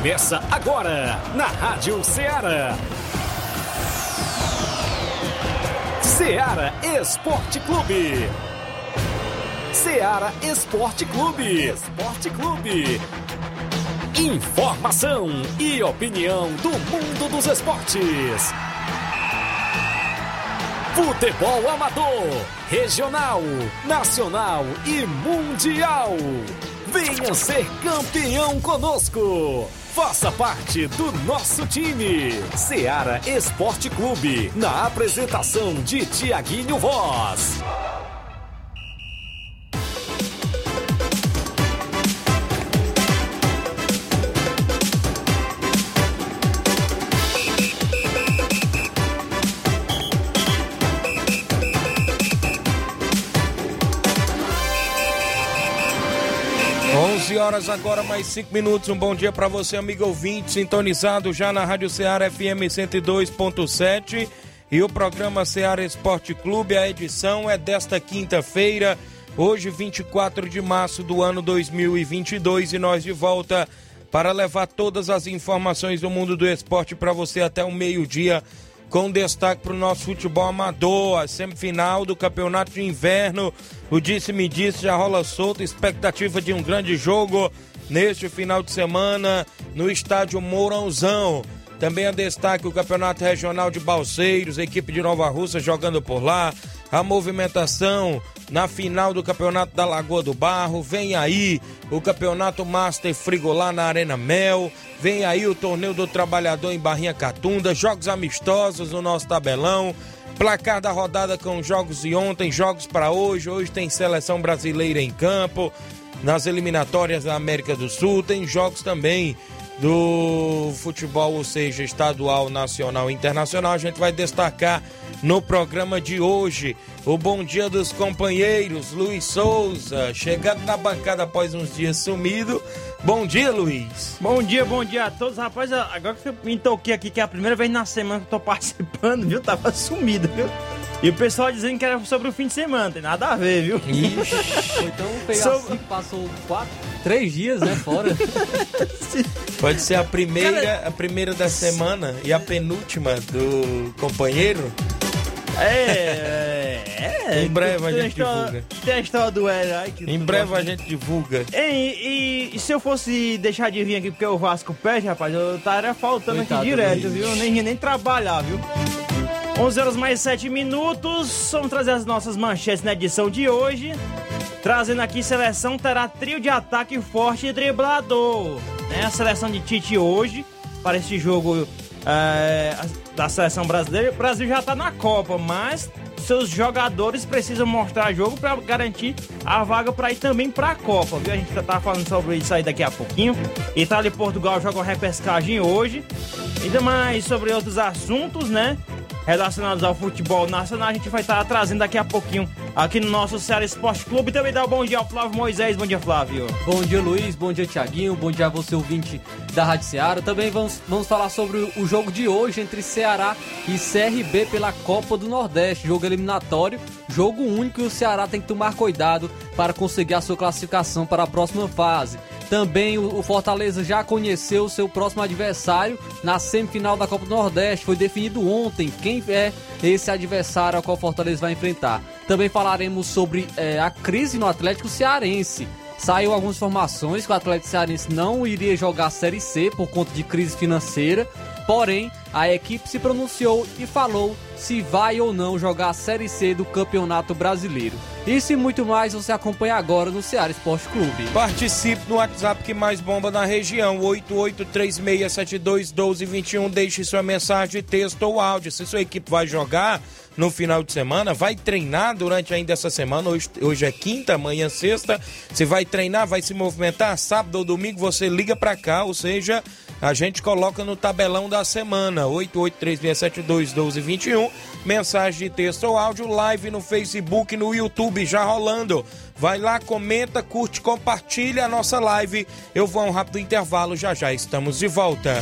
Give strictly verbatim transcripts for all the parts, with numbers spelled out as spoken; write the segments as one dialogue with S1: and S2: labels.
S1: Começa agora na Rádio Ceará. Ceará Esporte Clube. Ceará Esporte Clube. Esporte Clube. Informação e opinião do mundo dos esportes. Futebol amador, regional, nacional e mundial. Venha ser campeão conosco. Faça parte do nosso time. Ceará Esporte Clube, na apresentação de Tiaguinho Voz.
S2: onze horas agora, mais cinco minutos. Um bom dia para você, amigo ouvinte, sintonizado já na Rádio Ceará F M cento e dois ponto sete e o programa Ceará Esporte Clube. A edição é desta quinta-feira, hoje vinte e quatro de março do ano dois mil e vinte e dois, e nós de volta para levar todas as informações do mundo do esporte para você até o meio-dia, com destaque para o nosso futebol amador, a semifinal do Campeonato de Inverno. O disse-me-disse já rola solto, expectativa de um grande jogo neste final de semana no estádio Mourãozão. Também a destaque o Campeonato Regional de Balseiros, a equipe de Nova Russa jogando por lá. A movimentação na final do Campeonato da Lagoa do Barro. Vem aí o Campeonato Master Frigolá na Arena Mel. Vem aí o Torneio do Trabalhador em Barrinha Catunda. Jogos amistosos no nosso tabelão. Placar da rodada com jogos de ontem, jogos para hoje. Hoje tem seleção brasileira em campo. Nas eliminatórias da América do Sul. Tem jogos também do futebol, ou seja, estadual, nacional e internacional. A gente vai destacar no programa de hoje o bom dia dos companheiros. Luiz Souza, chegando na bancada após uns dias sumido. Bom dia, Luiz.
S3: Bom dia, bom dia a todos. Rapaz, agora que eu me toquei aqui, que é a primeira vez na semana que eu tô participando, viu? Tava sumido, viu? E o pessoal dizendo que era sobre o fim de semana, tem nada a ver, viu?
S4: Ixi. Então fez sobre... assim, passou quatro, três dias, né, fora.
S2: Pode ser a primeira, a primeira da semana e a penúltima do companheiro.
S3: É, é.
S2: Em breve a gente
S3: história,
S2: divulga.
S3: Tem a história do herói que
S2: Em breve a gente divulga.
S3: E, e, e se eu fosse deixar de vir aqui porque o Vasco perde, rapaz, eu estaria faltando Coitado aqui direto, viu? Eu nem ia nem trabalhar, viu? onze horas mais sete minutos. Vamos trazer as nossas manchetes na edição de hoje. Trazendo aqui, seleção terá trio de ataque forte e driblador, né? A seleção de Tite hoje, para esse jogo é, da seleção brasileira. O Brasil já está na Copa, mas seus jogadores precisam mostrar jogo para garantir a vaga para ir também para a Copa, viu? A gente já tá falando sobre isso aí daqui a pouquinho. Itália e Portugal jogam repescagem hoje. Ainda mais sobre outros assuntos, né, relacionados ao futebol nacional, a gente vai estar trazendo daqui a pouquinho aqui no nosso Ceará Esporte Clube. Também dá um bom dia ao Flávio Moisés. Bom dia, Flávio.
S4: Bom dia, Luiz. Bom dia, Tiaguinho. Bom dia a você, ouvinte da Rádio Ceará. Também vamos, vamos falar sobre o jogo de hoje entre Ceará e C R B pela Copa do Nordeste. Jogo eliminatório, jogo único, e o Ceará tem que tomar cuidado para conseguir a sua classificação para a próxima fase. Também o Fortaleza já conheceu o seu próximo adversário na semifinal da Copa do Nordeste. Foi definido ontem quem é esse adversário ao qual o Fortaleza vai enfrentar. Também falaremos sobre é, a crise no Atlético Cearense. Saiu algumas informações que o Atlético Cearense não iria jogar a Série C por conta de crise financeira. Porém, a equipe se pronunciou e falou se vai ou não jogar a Série C do Campeonato Brasileiro. Isso e muito mais você acompanha agora no Ceará Esporte Clube.
S2: Participe no WhatsApp que mais bomba na região, oito oito três seis sete dois um dois dois um. Deixe sua mensagem, texto ou áudio. Se sua equipe vai jogar no final de semana, vai treinar durante ainda essa semana, hoje, hoje é quinta, amanhã é sexta, você vai treinar, vai se movimentar, sábado ou domingo você liga pra cá, ou seja, a gente coloca no tabelão da semana, oito oito três seis sete dois um dois dois um, mensagem de texto ou áudio, live no Facebook, no YouTube, já rolando. Vai lá, comenta, curte, compartilha a nossa live. Eu vou a um rápido intervalo, já já estamos de volta.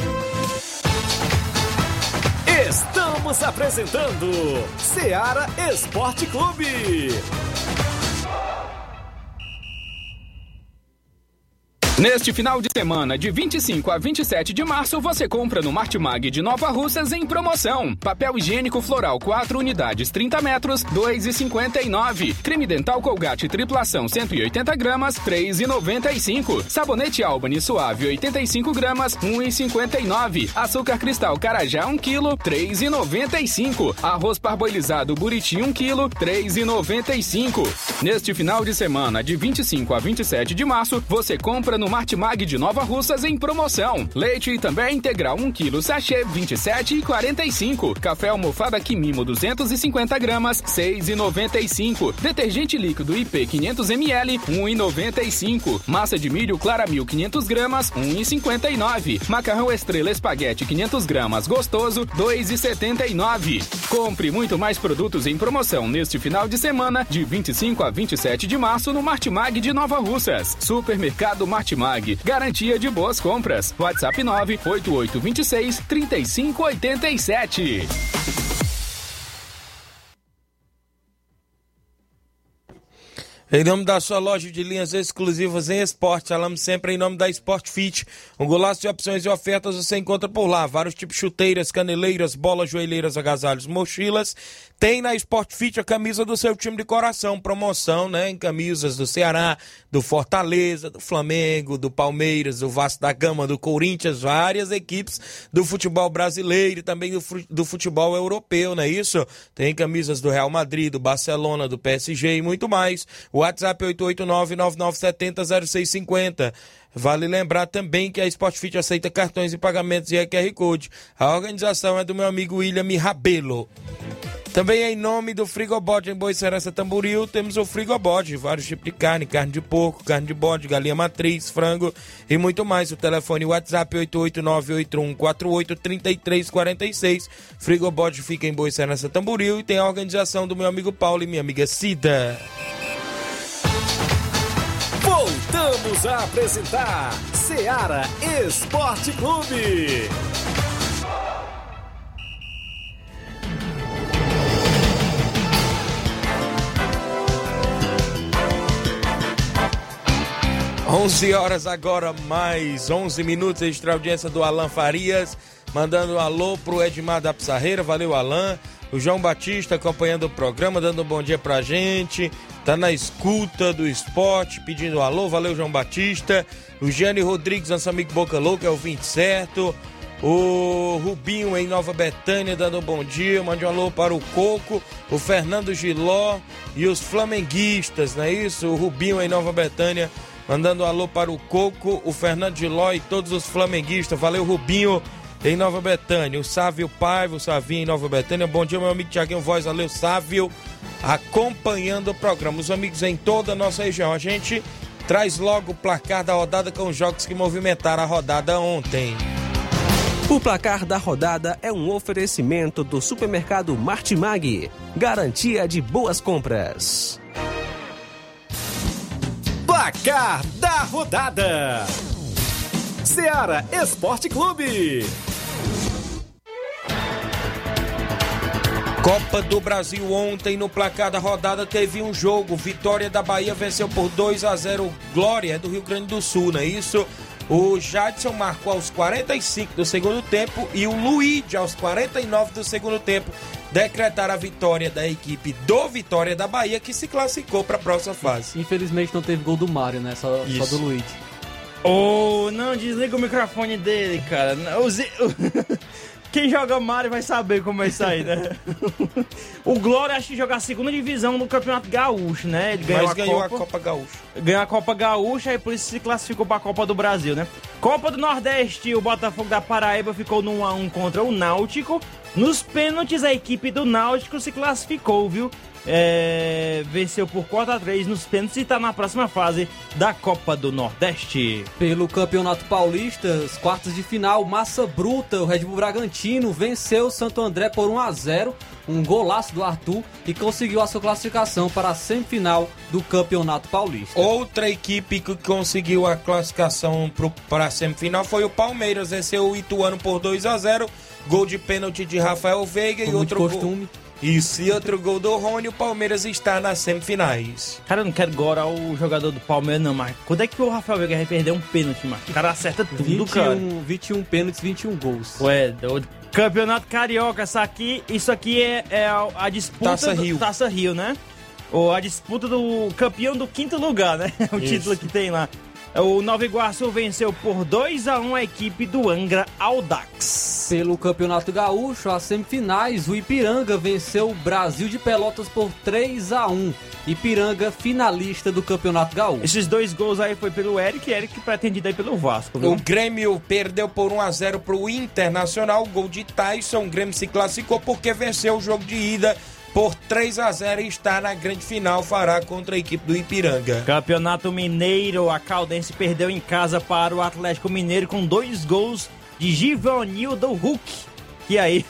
S1: Estamos apresentando Ceará Esporte Clube.
S5: Neste final de semana, de vinte e cinco a vinte e sete de março, você compra no Martimag de Nova Russas em promoção. Papel higiênico floral quatro unidades, trinta metros, dois reais e cinquenta e nove centavos. Creme dental Colgate triplação cento e oitenta gramas, três reais e noventa e cinco centavos. Sabonete Albany suave oitenta e cinco gramas, um real e cinquenta e nove centavos. Açúcar cristal Carajá um quilo, três reais e noventa e cinco centavos. Arroz parboilizado Buriti um quilo, três reais e noventa e cinco centavos. Neste final de semana, de vinte e cinco a vinte e sete de março, você compra no Martimag de Nova Russas em promoção. Leite também integral um quilo sachê vinte e sete reais e quarenta e cinco centavos. Café almofada Quimimo duzentos e cinquenta gramas, seis reais e noventa e cinco centavos. Detergente líquido I P quinhentos mililitros, um real e noventa e cinco centavos. Massa de milho Clara Mil quinhentas gramas, um real e cinquenta e nove centavos. Macarrão Estrela Espaguete quinhentas gramas gostoso, dois reais e setenta e nove centavos. Compre muito mais produtos em promoção neste final de semana, de vinte e cinco a vinte e sete de março, no Martimag de Nova Russas. Supermercado Martimag, garantia de boas compras. WhatsApp nove oito oito dois seis, três cinco oito sete.
S2: Em nome da sua loja de linhas exclusivas em esporte, falamos sempre em nome da Sport Fit. Um golaço de opções e ofertas você encontra por lá. Vários tipos de chuteiras, caneleiras, bolas, joelheiras, agasalhos, mochilas. Tem na Sport Fit a camisa do seu time de coração. Promoção, né? Em camisas do Ceará, do Fortaleza, do Flamengo, do Palmeiras, do Vasco da Gama, do Corinthians. Várias equipes do futebol brasileiro e também do, do futebol europeu, não é isso? Tem camisas do Real Madrid, do Barcelona, do P S G e muito mais. WhatsApp oito oito nove, nove nove sete zero, zero seis cinco zero. Vale lembrar também que a Sport Fit aceita cartões e pagamentos e Q R Code. A organização é do meu amigo William Rabelo. Também em nome do Frigobode em Boicerança Tamboril, temos o Frigobode, vários tipos de carne, carne de porco, carne de bode, galinha matriz, frango e muito mais. O telefone WhatsApp oito oito nove, oito um quatro oito, três três quatro seis. Frigobode fica em Boicerança Tamboril e tem a organização do meu amigo Paulo e minha amiga Cida.
S1: Voltamos a apresentar Seara Esporte Clube.
S2: onze horas agora, mais onze minutos, extra audiência do Alan Farias, mandando um alô pro Edmar da Pissarreira, valeu Alan. O João Batista acompanhando o programa, dando um bom dia pra gente, tá na escuta do esporte, pedindo um alô, valeu João Batista. O Gianni Rodrigues, nosso amigo Boca Louca, é o vinte certo. O Rubinho em Nova Betânia dando um bom dia, mande um alô para o Coco, o Fernando Giló e os flamenguistas, não é isso? O Rubinho em Nova Betânia mandando um alô para o Coco, o Fernando Giló e todos os flamenguistas, valeu Rubinho em Nova Betânia. O Sávio Paiva, o Savinho em Nova Betânia, bom dia meu amigo Tiaguinho Voz, valeu Sávio, acompanhando o programa. Os amigos em toda a nossa região, a gente traz logo o placar da rodada com os jogos que movimentaram a rodada ontem.
S6: O placar da rodada é um oferecimento do supermercado Martimag, garantia de boas compras.
S1: Placar da rodada: Seara Esporte Clube.
S2: Copa do Brasil ontem, no placar da rodada teve um jogo, Vitória da Bahia venceu por dois a zero Glória do Rio Grande do Sul, não é isso? O Jadson marcou aos quarenta e cinco do segundo tempo e o Luigi aos quarenta e nove do segundo tempo decretaram a vitória da equipe do Vitória da Bahia, que se classificou para a próxima fase.
S4: Infelizmente não teve gol do Mário, né? Só, só do Luigi.
S3: Oh, não, desliga o microfone dele, cara. O Z... Quem joga Mario vai saber como é isso aí, né? O Glória acho que joga a segunda divisão no Campeonato Gaúcho, né? Ele ganhou
S2: Mas
S3: a
S2: ganhou
S3: Copa,
S2: a Copa Gaúcha.
S3: Ganhou a Copa Gaúcha e por isso se classificou para a Copa do Brasil, né? Copa do Nordeste, o Botafogo da Paraíba ficou no um a um contra o Náutico. Nos pênaltis, a equipe do Náutico se classificou, viu? É... Venceu por quatro a três nos pênaltis e está na próxima fase da Copa do Nordeste.
S4: Pelo Campeonato Paulista, as quartas de final, Massa Bruta, o Red Bull Bragantino venceu o Santo André por um a zero, um golaço do Arthur, e conseguiu a sua classificação para a semifinal do Campeonato Paulista.
S2: Outra equipe que conseguiu a classificação para a semifinal foi o Palmeiras, venceu o Ituano por dois a zero, gol de pênalti de Rafael Veiga.
S4: Como
S2: e outro
S4: costume.
S2: gol... Isso, e outro gol do Rony, o Palmeiras está nas semifinais.
S3: Cara, eu não quero gorar o jogador do Palmeiras, não, mas quando é que o Rafael Veiga vai perder um pênalti, mano? O cara acerta tudo,
S4: vinte e um,
S3: cara.
S4: vinte e um pênaltis, vinte e um gols.
S3: Ué, doido. Campeonato Carioca, isso aqui, isso aqui é, é a, a disputa
S2: Taça
S3: do,
S2: Rio.
S3: Taça Rio, né? Ou a disputa do campeão do quinto lugar, né? O
S2: Isso.
S3: título que tem lá. O Nova Iguaçu venceu por dois a um a equipe do Angra Audax.
S4: Pelo Campeonato Gaúcho, as semifinais, o Ipiranga venceu o Brasil de Pelotas por três a um. Ipiranga, finalista do Campeonato Gaúcho.
S3: Esses dois gols aí foi pelo Eric, Eric pretendido aí pelo Vasco, viu?
S2: O Grêmio perdeu por um a zero para o Internacional, gol de Tyson. O Grêmio se classificou porque venceu o jogo de ida por três a zero e está na grande final, fará contra a equipe do Ipiranga.
S3: Campeonato Mineiro, a Caldense perdeu em casa para o Atlético Mineiro com dois gols de Givanildo Hulk. E aí,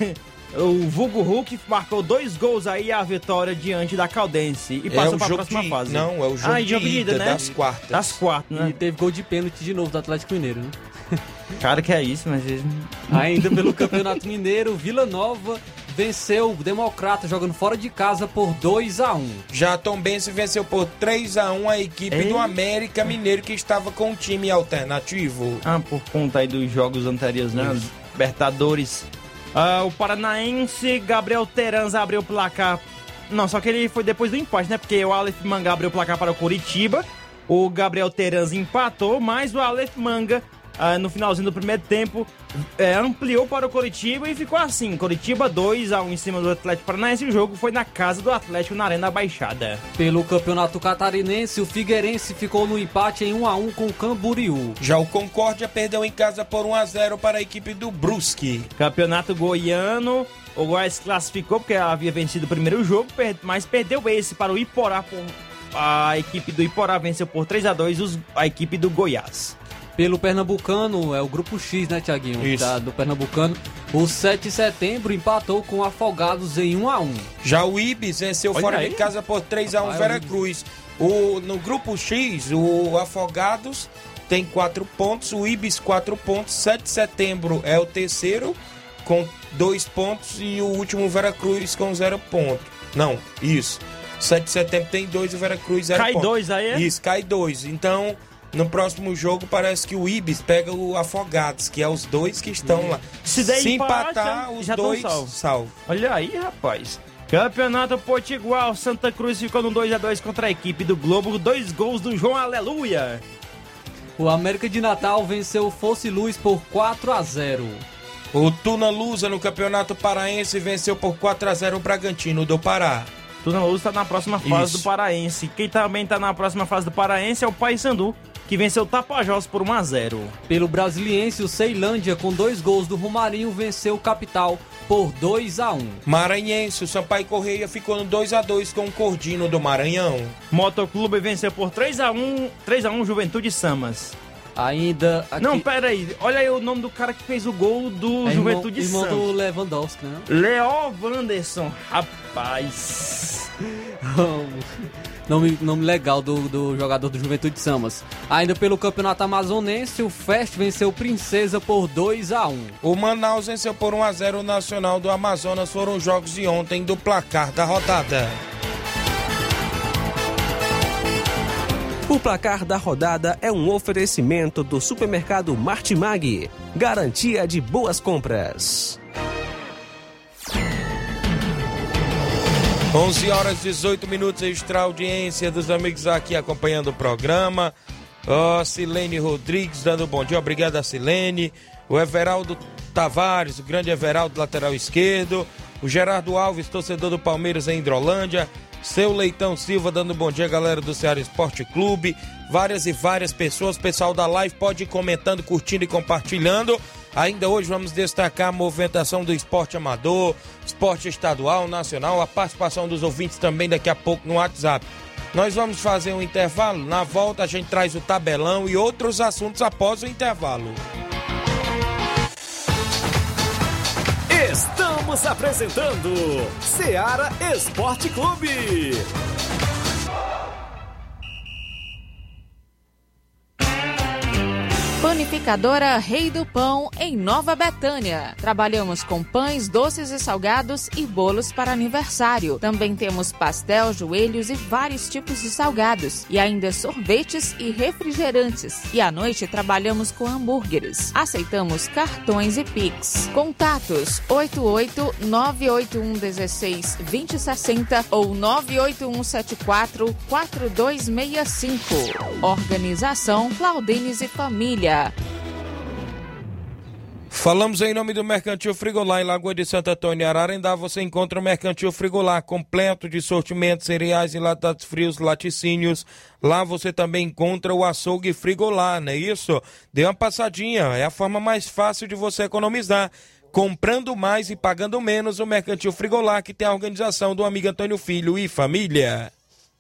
S3: o vulgo Hulk marcou dois gols aí a vitória diante da Caldense e passou
S2: é
S3: para a próxima
S2: de,
S3: fase.
S2: Não, é o jogo
S3: ah,
S2: de
S3: jogo de
S2: ida,
S3: ida, né?
S2: das quartas.
S3: Das quartas, né?
S4: E teve gol de pênalti de novo do Atlético Mineiro, né?
S3: Cara, que é isso, mas...
S4: Ainda pelo Campeonato Mineiro, Vila Nova venceu o Democrata jogando fora de casa por dois a um.
S2: Já Tombense venceu por três a um a equipe
S3: Ei.
S2: do América Mineiro, que estava com um time alternativo.
S3: Ah, por conta aí dos jogos anteriores, né? Os Libertadores. Ah, o Paranaense, Gabriel Terans abriu o placar. Não, só que ele foi depois do empate, né? Porque o Aleph Manga abriu o placar para o Coritiba. O Gabriel Terans empatou, mas o Aleph Manga, ah, no finalzinho do primeiro tempo, é, ampliou para o Coritiba e ficou assim. Coritiba dois a um em cima do Atlético Paranaense. E o jogo foi na casa do Atlético, na Arena Baixada.
S4: Pelo Campeonato Catarinense, o Figueirense ficou no empate em um a um com o Camboriú.
S2: Já o Concórdia perdeu em casa por um a zero para a equipe do Brusque.
S3: Campeonato Goiano, o Goiás classificou porque havia vencido o primeiro jogo, mas perdeu esse para o Iporá. Por... A equipe do Iporá venceu por três a dois os... a equipe do Goiás.
S4: Pelo Pernambucano, é o grupo X, né, Thiaguinho?
S2: Isso.
S4: Da, do Pernambucano. O sete de setembro empatou com o Afogados em um a um.
S2: Já o Ibis venceu
S3: Olha
S2: fora
S3: aí.
S2: de casa por três a um
S4: Rapaz,
S2: Veracruz. O, no grupo X, o Afogados tem quatro pontos, o Ibis quatro pontos, sete de setembro é o terceiro com dois pontos e o último Veracruz com zero ponto. Não, isso. sete de setembro tem dois e o Veracruz zero
S3: Cai
S2: ponto.
S3: dois aí, é?
S2: Isso, cai dois. Então, no próximo jogo parece que o Ibis pega o Afogados, que é os dois que estão lá.
S3: Se der empate,
S2: empatar,
S3: já-
S2: os
S3: já tão
S2: dois
S3: salvos.
S2: salvos.
S3: Olha aí, rapaz. Campeonato Potiguar, Santa Cruz ficou no dois a dois contra a equipe do Globo. Dois gols do João Aleluia.
S4: O América de Natal venceu o Fosse Luz por quatro a zero.
S2: O Tuna Lusa no Campeonato Paraense venceu por quatro a zero o Bragantino do Pará.
S3: Tuna Luz está na próxima fase
S2: Isso.
S3: do Paraense. Quem também está na próxima fase do Paraense é o Paysandu, que venceu o Tapajós por um a zero.
S4: Pelo Brasiliense, o Ceilândia, com dois gols do Romarinho, venceu o Capital por dois a um.
S2: Maranhense, o Sampaio Correia ficou no dois a dois com o Cordino do Maranhão.
S3: Motoclube venceu por três a um, três a um Juventude Samas.
S4: Ainda aqui...
S3: Não, pera aí. Olha aí o nome do cara que fez o gol do
S4: é
S3: Juventude
S4: irmão, irmão
S3: Samas.
S4: do Lewandowski, né?
S3: Leo Wanderson. Rapaz.
S4: Nome, nome legal do, do jogador do Juventude Samas. Ainda pelo Campeonato Amazonense, o Fest venceu o Princesa por dois a um.
S2: O Manaus venceu por um a zero o Nacional do Amazonas. Foram os jogos de ontem do placar da rodada.
S6: O placar da rodada é um oferecimento do supermercado Martimag. Garantia de boas compras.
S2: onze horas e dezoito minutos, extra audiência dos amigos aqui acompanhando o programa. Ó, oh, Silene Rodrigues dando bom dia, obrigado a Silene. O Everaldo Tavares, o grande Everaldo, lateral esquerdo. O Gerardo Alves, torcedor do Palmeiras em Hidrolândia. Seu Leitão Silva dando bom dia, galera do Ceará Esporte Clube. Várias e várias pessoas, pessoal da live pode ir comentando, curtindo e compartilhando. Ainda hoje vamos destacar a movimentação do esporte amador, esporte estadual, nacional, a participação dos ouvintes também daqui a pouco no WhatsApp. Nós vamos fazer um intervalo, na volta a gente traz o tabelão e outros assuntos após o intervalo.
S1: Estamos apresentando Ceará Esporte Clube.
S7: Panificadora Rei do Pão, em Nova Betânia. Trabalhamos com pães, doces e salgados e bolos para aniversário. Também temos pastel, joelhos e vários tipos de salgados. E ainda sorvetes e refrigerantes. E à noite trabalhamos com hambúrgueres. Aceitamos cartões e Pix. Contatos oito oito nove oito um um seis dois zero seis zero ou nove oito um sete quatro quatro dois seis cinco. Organização Claudines e Família.
S2: Falamos em nome do Mercantil Frigolá, em Lagoa de Santo Antônio, Ararendá. Você encontra o Mercantil Frigolá completo de sortimentos, cereais, enlatados frios, laticínios. Lá você também encontra o açougue Frigolá, não é isso? Dê uma passadinha, é a forma mais fácil de você economizar. Comprando mais e pagando menos, o Mercantil Frigolá, que tem a organização do amigo Antônio Filho e família.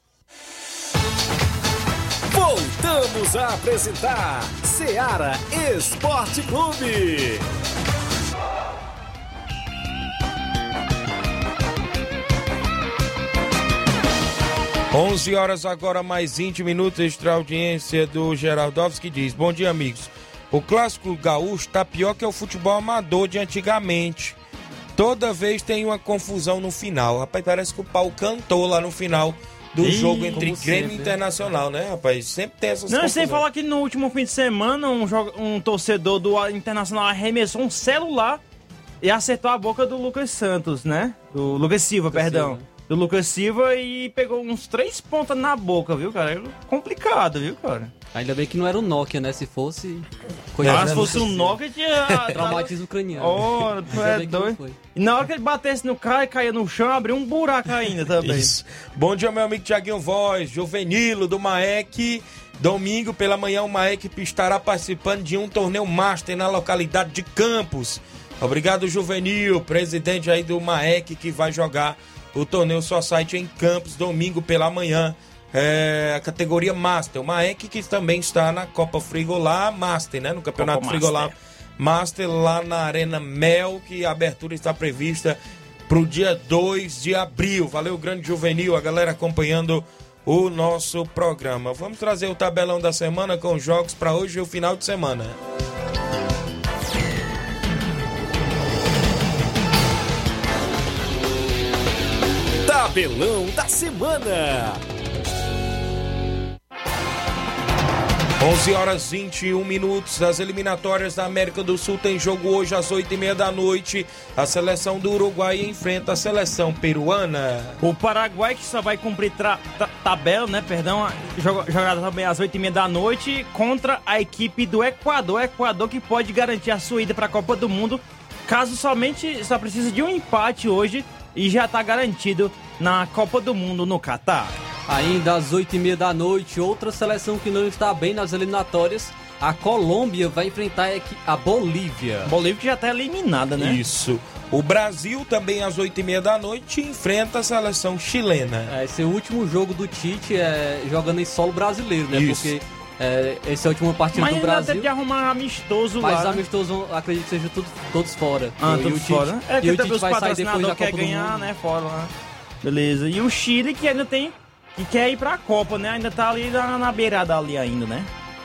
S1: Voltamos a apresentar Seara Esporte Clube.
S2: onze horas agora, mais vinte minutos, extra audiência do Geraldovski, que diz: bom dia, amigos. O clássico gaúcho tá pior que o futebol amador de antigamente. Toda vez tem uma confusão no final. Rapaz, parece que o pau cantou lá no final do Ih, jogo entre Grêmio e Internacional, né, rapaz? Sempre tem essas
S3: Não,
S2: confusões.
S3: sem falar que no último fim de semana um, um torcedor do Internacional arremessou um celular e acertou a boca do Lucas Santos, né? Do Lucas Silva, Lucas perdão. Silva. Do Lucas Silva e pegou uns três pontas na boca, viu, cara? Complicado, viu, cara?
S4: Ainda bem que não era o Nokia, né? Se fosse...
S3: Ah, se fosse um Nokia, tinha...
S4: Traumatismo craniano.
S3: Oh, tu é doido. E na hora que ele batesse no cara e caía no chão, abriu um buraco ainda também.
S2: Isso. Bom dia, meu amigo Tiaguinho Voz, Juvenilo do Maek. Domingo pela manhã o Maek estará participando de um torneio Master na localidade de Campos. Obrigado, Juvenil, presidente aí do Maek, que vai jogar o torneio Society em Campos, domingo pela manhã. É, a categoria Master, o Maek que também está na Copa Frigolá Master, né? No Campeonato Copa Frigolá Master. Master lá na Arena Mel, que a abertura está prevista para o dia dois de abril. Valeu, grande Juvenil, a galera acompanhando o nosso programa. Vamos trazer o tabelão da semana com jogos para hoje e o final de semana.
S1: Tabelão da semana.
S2: onze horas e vinte e um minutos, as eliminatórias da América do Sul tem jogo hoje às oito e meia da noite. A seleção do Uruguai enfrenta a seleção peruana.
S3: O Paraguai, que só vai cumprir tra- ta- tabela, né, perdão, jogada também às oito e meia da noite, contra a equipe do Equador. Equador que pode garantir a sua ida para a Copa do Mundo, caso somente só precisa de um empate hoje e já está garantido na Copa do Mundo no Catar.
S4: Ainda às oito e meia da noite, outra seleção que não está bem nas eliminatórias, a Colômbia vai enfrentar a Bolívia.
S3: Bolívia que já está eliminada, né?
S2: Isso. O Brasil também às oito e meia da noite enfrenta a seleção chilena.
S4: É, esse é o último jogo do Tite é, jogando em solo brasileiro, né?
S2: Isso.
S4: Porque é, essa é a última partida
S3: mas
S4: do Brasil.
S3: Mas ainda tem que arrumar amistoso
S4: mas
S3: lá. Mas
S4: amistoso, acredito que sejam tudo, todos fora.
S3: Ah,
S4: e,
S3: todos
S4: e o Tite,
S3: fora. É,
S4: e o Tite vai sair depois da Copa
S3: quer
S4: do
S3: ganhar,
S4: Mundo.
S3: né? Fora lá. Beleza. E o Chile que ainda tem... que quer ir pra Copa, né? Ainda tá ali na, na beirada ali ainda, né?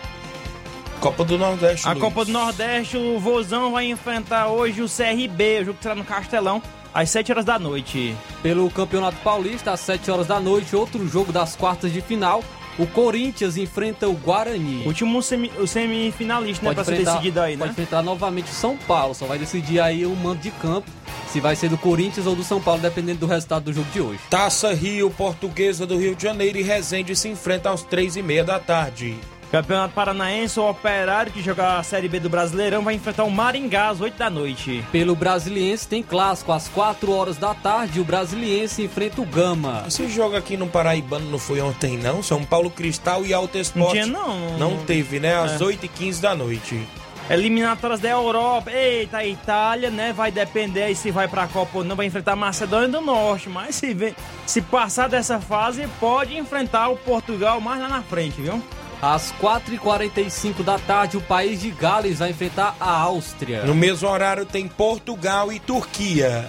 S2: Copa do Nordeste.
S3: A
S2: Luiz.
S3: Copa do Nordeste, o Vozão vai enfrentar hoje o C R B, o jogo que será no Castelão, às sete horas da noite.
S4: Pelo Campeonato Paulista, às sete horas da noite, outro jogo das quartas de final, o Corinthians enfrenta o Guarani.
S3: Último semi, o semifinalista, né? Pra ser decidido aí, né?
S4: Pode enfrentar novamente o São Paulo, só vai decidir aí o mando de campo, se vai ser do Corinthians ou do São Paulo, dependendo do resultado do jogo de hoje.
S2: Taça Rio, Portuguesa do Rio de Janeiro e Resende se enfrentam às três e meia da tarde.
S3: Campeonato Paranaense, o Operário, que joga a Série B do Brasileirão, vai enfrentar o Maringá às oito da noite.
S4: Pelo Brasiliense tem clássico, às quatro horas da tarde, o Brasiliense enfrenta o Gama.
S2: Esse jogo aqui no Paraibano não foi ontem não? São Paulo Cristal e Alto Esporte.
S3: Não tinha não.
S2: Não teve, né? Às é. oito e quinze da noite.
S3: Eliminatórias da Europa. Eita, a Itália, né? Vai depender aí se vai pra Copa ou não. Vai enfrentar a Macedônia do Norte. Mas se, vem, se passar dessa fase, pode enfrentar o Portugal mais lá na frente, viu?
S4: Às quatro e quarenta e cinco da tarde, o país de Gales vai enfrentar a Áustria.
S2: No mesmo horário tem Portugal e Turquia.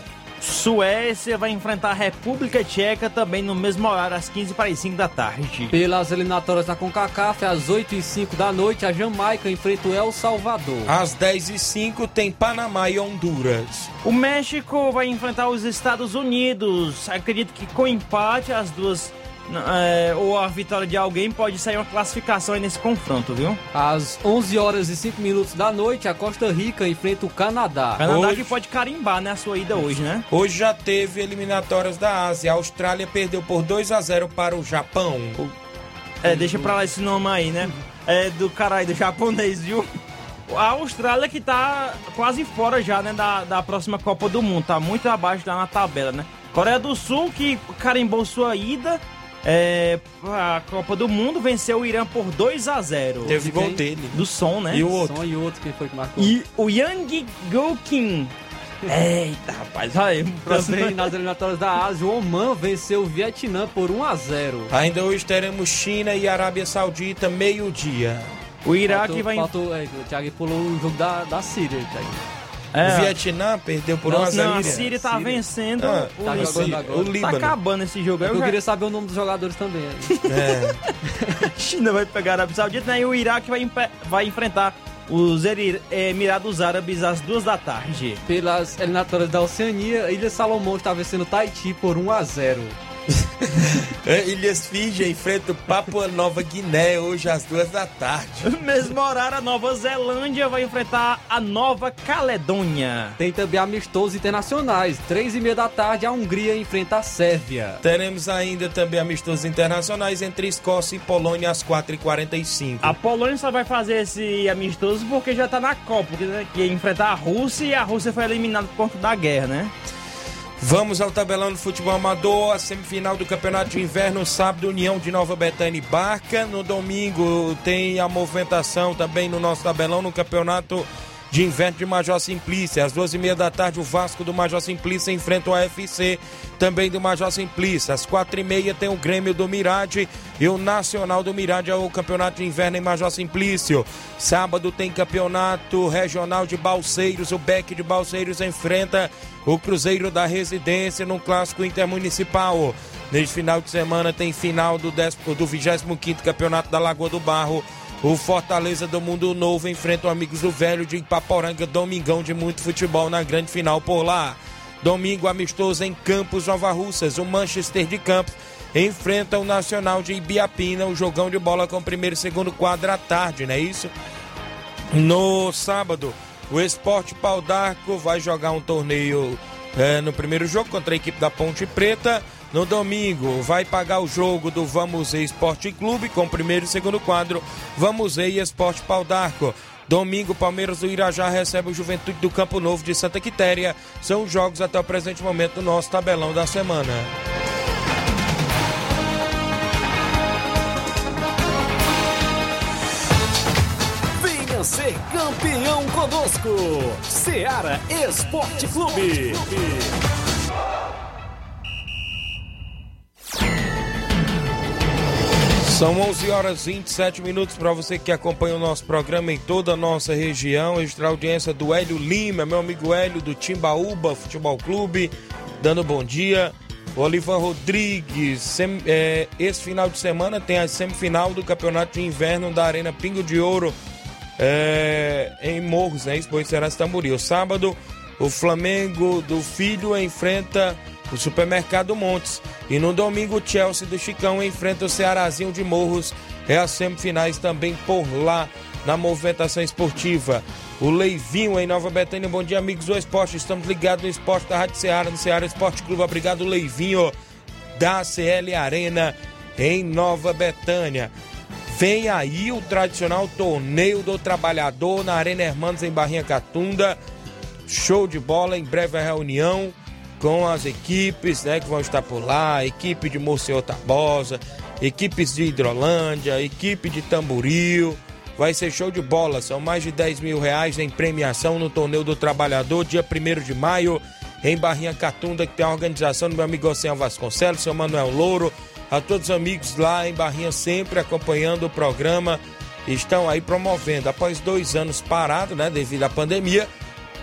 S3: Suécia vai enfrentar a República Tcheca também no mesmo horário, às quinze para as cinco da tarde.
S4: Pelas eliminatórias da CONCACAF, às oito e cinco da noite, a Jamaica enfrenta o El Salvador.
S2: Às dez e cinco tem Panamá e Honduras.
S3: O México vai enfrentar os Estados Unidos. Acredito que com empate as duas... É, ou a vitória de alguém pode sair uma classificação aí nesse confronto, viu?
S4: Às onze horas e cinco minutos da noite, a Costa Rica enfrenta o Canadá.
S3: Canadá
S2: hoje...
S3: que pode carimbar, né, a sua ida hoje, né?
S2: Hoje já teve eliminatórias da Ásia. A Austrália perdeu por dois a zero para o Japão.
S3: É, deixa pra lá esse nome aí, né? É do caralho, do japonês, viu? A Austrália que tá quase fora já, né, da, da próxima Copa do Mundo. Tá muito abaixo lá na tabela, né? Coreia do Sul que carimbou sua ida... É, a Copa do Mundo venceu o Irã por dois a zero.
S2: Teve gol dele.
S3: Do Som, né?
S2: E o outro.
S4: Som e outro que foi que marcou.
S3: E o Yang Gokhin. Eita, rapaz, aí.
S4: Também nas eliminatórias da Ásia, o Oman venceu o Vietnã por um a zero.
S2: Ainda hoje teremos China e Arábia Saudita, meio-dia.
S3: O Iraque
S4: faltou,
S3: vai...
S4: Faltou, é, o Thiago pulou o jogo da, da Síria, Thiago.
S3: É.
S2: O Vietnã perdeu por um a zero.
S3: Não, a Síria tá
S4: Síria.
S3: vencendo
S2: Ah,
S3: o,
S4: tá
S3: Líbano.
S4: jogando agora.
S2: O
S3: Tá
S2: Líbano.
S3: acabando esse jogo aí.
S4: Eu
S3: já-
S4: queria saber o nome dos jogadores também. aí.
S2: É.
S3: A China vai pegar a Arábia Saudita, né? E o Iraque vai, impe- vai enfrentar os Eri- Emirados Árabes às duas da tarde.
S4: Pelas eliminatórias da Oceania, a Ilha Salomão está vencendo Tahiti por um a zero.
S2: Ilhas Fiji enfrenta o Papua Nova Guiné hoje às duas da tarde.
S3: No mesmo horário, a Nova Zelândia vai enfrentar a Nova Caledônia.
S4: Tem também amistosos internacionais. Três e meia da tarde, a Hungria enfrenta a Sérvia.
S2: Teremos ainda também amistosos internacionais entre Escócia e Polônia às quatro e quarenta e cinco.
S3: A Polônia só vai fazer esse amistoso porque já tá na Copa, né? Que ia enfrentar a Rússia e a Rússia foi eliminada por conta da guerra, né?
S2: Vamos ao tabelão do futebol amador, a semifinal do Campeonato de Inverno, sábado, União de Nova Betânia e Barca. No domingo tem a movimentação também no nosso tabelão no Campeonato de Inverno de Major Simplícia. Às duas e meia da tarde, o Vasco do Major Simplícia enfrenta o A F C, também do Major Simplícia. Às quatro e meia tem o Grêmio do Mirade e o Nacional do Mirade é o Campeonato de Inverno em Major Simplício. Sábado tem Campeonato Regional de Balseiros, o B E C de Balseiros enfrenta o Cruzeiro da Residência no Clássico Intermunicipal. Neste final de semana tem final do, décimo, do vigésimo quinto Campeonato da Lagoa do Barro. O Fortaleza do Mundo Novo enfrenta o Amigos do Velho de Ipaporanga, domingão de muito futebol na grande final por lá. Domingo amistoso em Campos, Nova Russas, o Manchester de Campos enfrenta o Nacional de Ibiapina, o jogão de bola com o primeiro e segundo quadro à tarde, não é isso? No sábado, o Sport Pau d'Arco vai jogar um torneio é, no primeiro jogo contra a equipe da Ponte Preta. No domingo, vai pagar o jogo do Vamos Ver Esporte Clube com o primeiro e segundo quadro, Vamos Ver e Esporte Pau d'Arco. Domingo, Palmeiras do Irajá recebe o Juventude do Campo Novo de Santa Quitéria. São os jogos até o presente momento do nosso tabelão da semana.
S1: Venha ser campeão conosco, Ceará Esporte Clube.
S2: São onze horas e vinte e sete minutos para você que acompanha o nosso programa em toda a nossa região. Extra audiência do Hélio Lima, meu amigo Hélio do Timbaúba Futebol Clube, dando bom dia. O Olivan Rodrigues, sem, é, esse final de semana tem a semifinal do Campeonato de Inverno da Arena Pingo de Ouro é, em Morros, né? Expo Seras Tamboril. Sábado, o Flamengo do Filho enfrenta o Supermercado Montes. E no domingo, o Chelsea do Chicão enfrenta o Cearazinho de Morros. É as semifinais também por lá na movimentação esportiva. O Leivinho em Nova Betânia. Bom dia, amigos do esporte. Estamos ligados no esporte da Rádio Ceará, no Ceará Esporte Clube. Obrigado, Leivinho, da C L Arena em Nova Betânia. Vem aí o tradicional Torneio do Trabalhador na Arena Hermanos em Barrinha Catunda. Show de bola, em breve a reunião com as equipes, né, que vão estar por lá, equipe de Monsenhor Tabosa, equipes de Hidrolândia, equipe de Tamboril. Vai ser show de bola, são mais de dez mil reais em premiação no Torneio do Trabalhador, dia primeiro de maio, em Barrinha Catunda, que tem a organização do meu amigo Oceano Vasconcelos, seu Manuel Louro, a todos os amigos lá em Barrinha sempre acompanhando o programa, estão aí promovendo, após dois anos parado, né, devido à pandemia.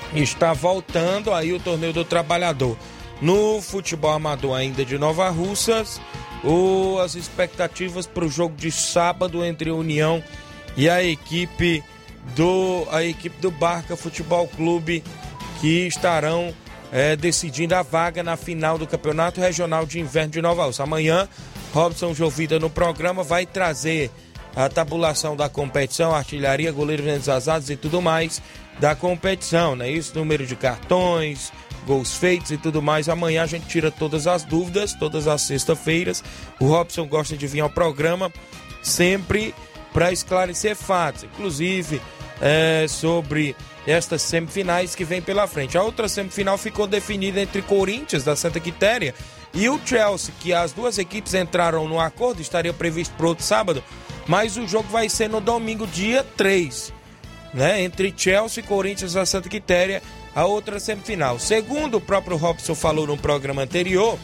S2: está voltando aí o Torneio do Trabalhador. No futebol amador ainda de Nova Russas, o, as expectativas para o jogo de sábado entre a União e a equipe do, a equipe do Barca Futebol Clube, que estarão é, decidindo a vaga na final do Campeonato Regional de Inverno de Nova Russa. Amanhã, Robson Jovita no programa vai trazer a tabulação da competição, artilharia, goleiros azados e tudo mais da competição, né? Isso, número de cartões, gols feitos e tudo mais. Amanhã a gente tira todas as dúvidas, todas as sextas-feiras. O Robson gosta de vir ao programa sempre para esclarecer fatos, inclusive é, sobre estas semifinais que vem pela frente. A outra semifinal ficou definida entre Corinthians, da Santa Quitéria, e o Chelsea, que as duas equipes entraram no acordo, estaria previsto para outro sábado, mas o jogo vai ser no domingo, dia três, né? Entre Chelsea e Corinthians, da Santa Quitéria, a outra semifinal. Segundo o próprio Robson falou no programa anterior,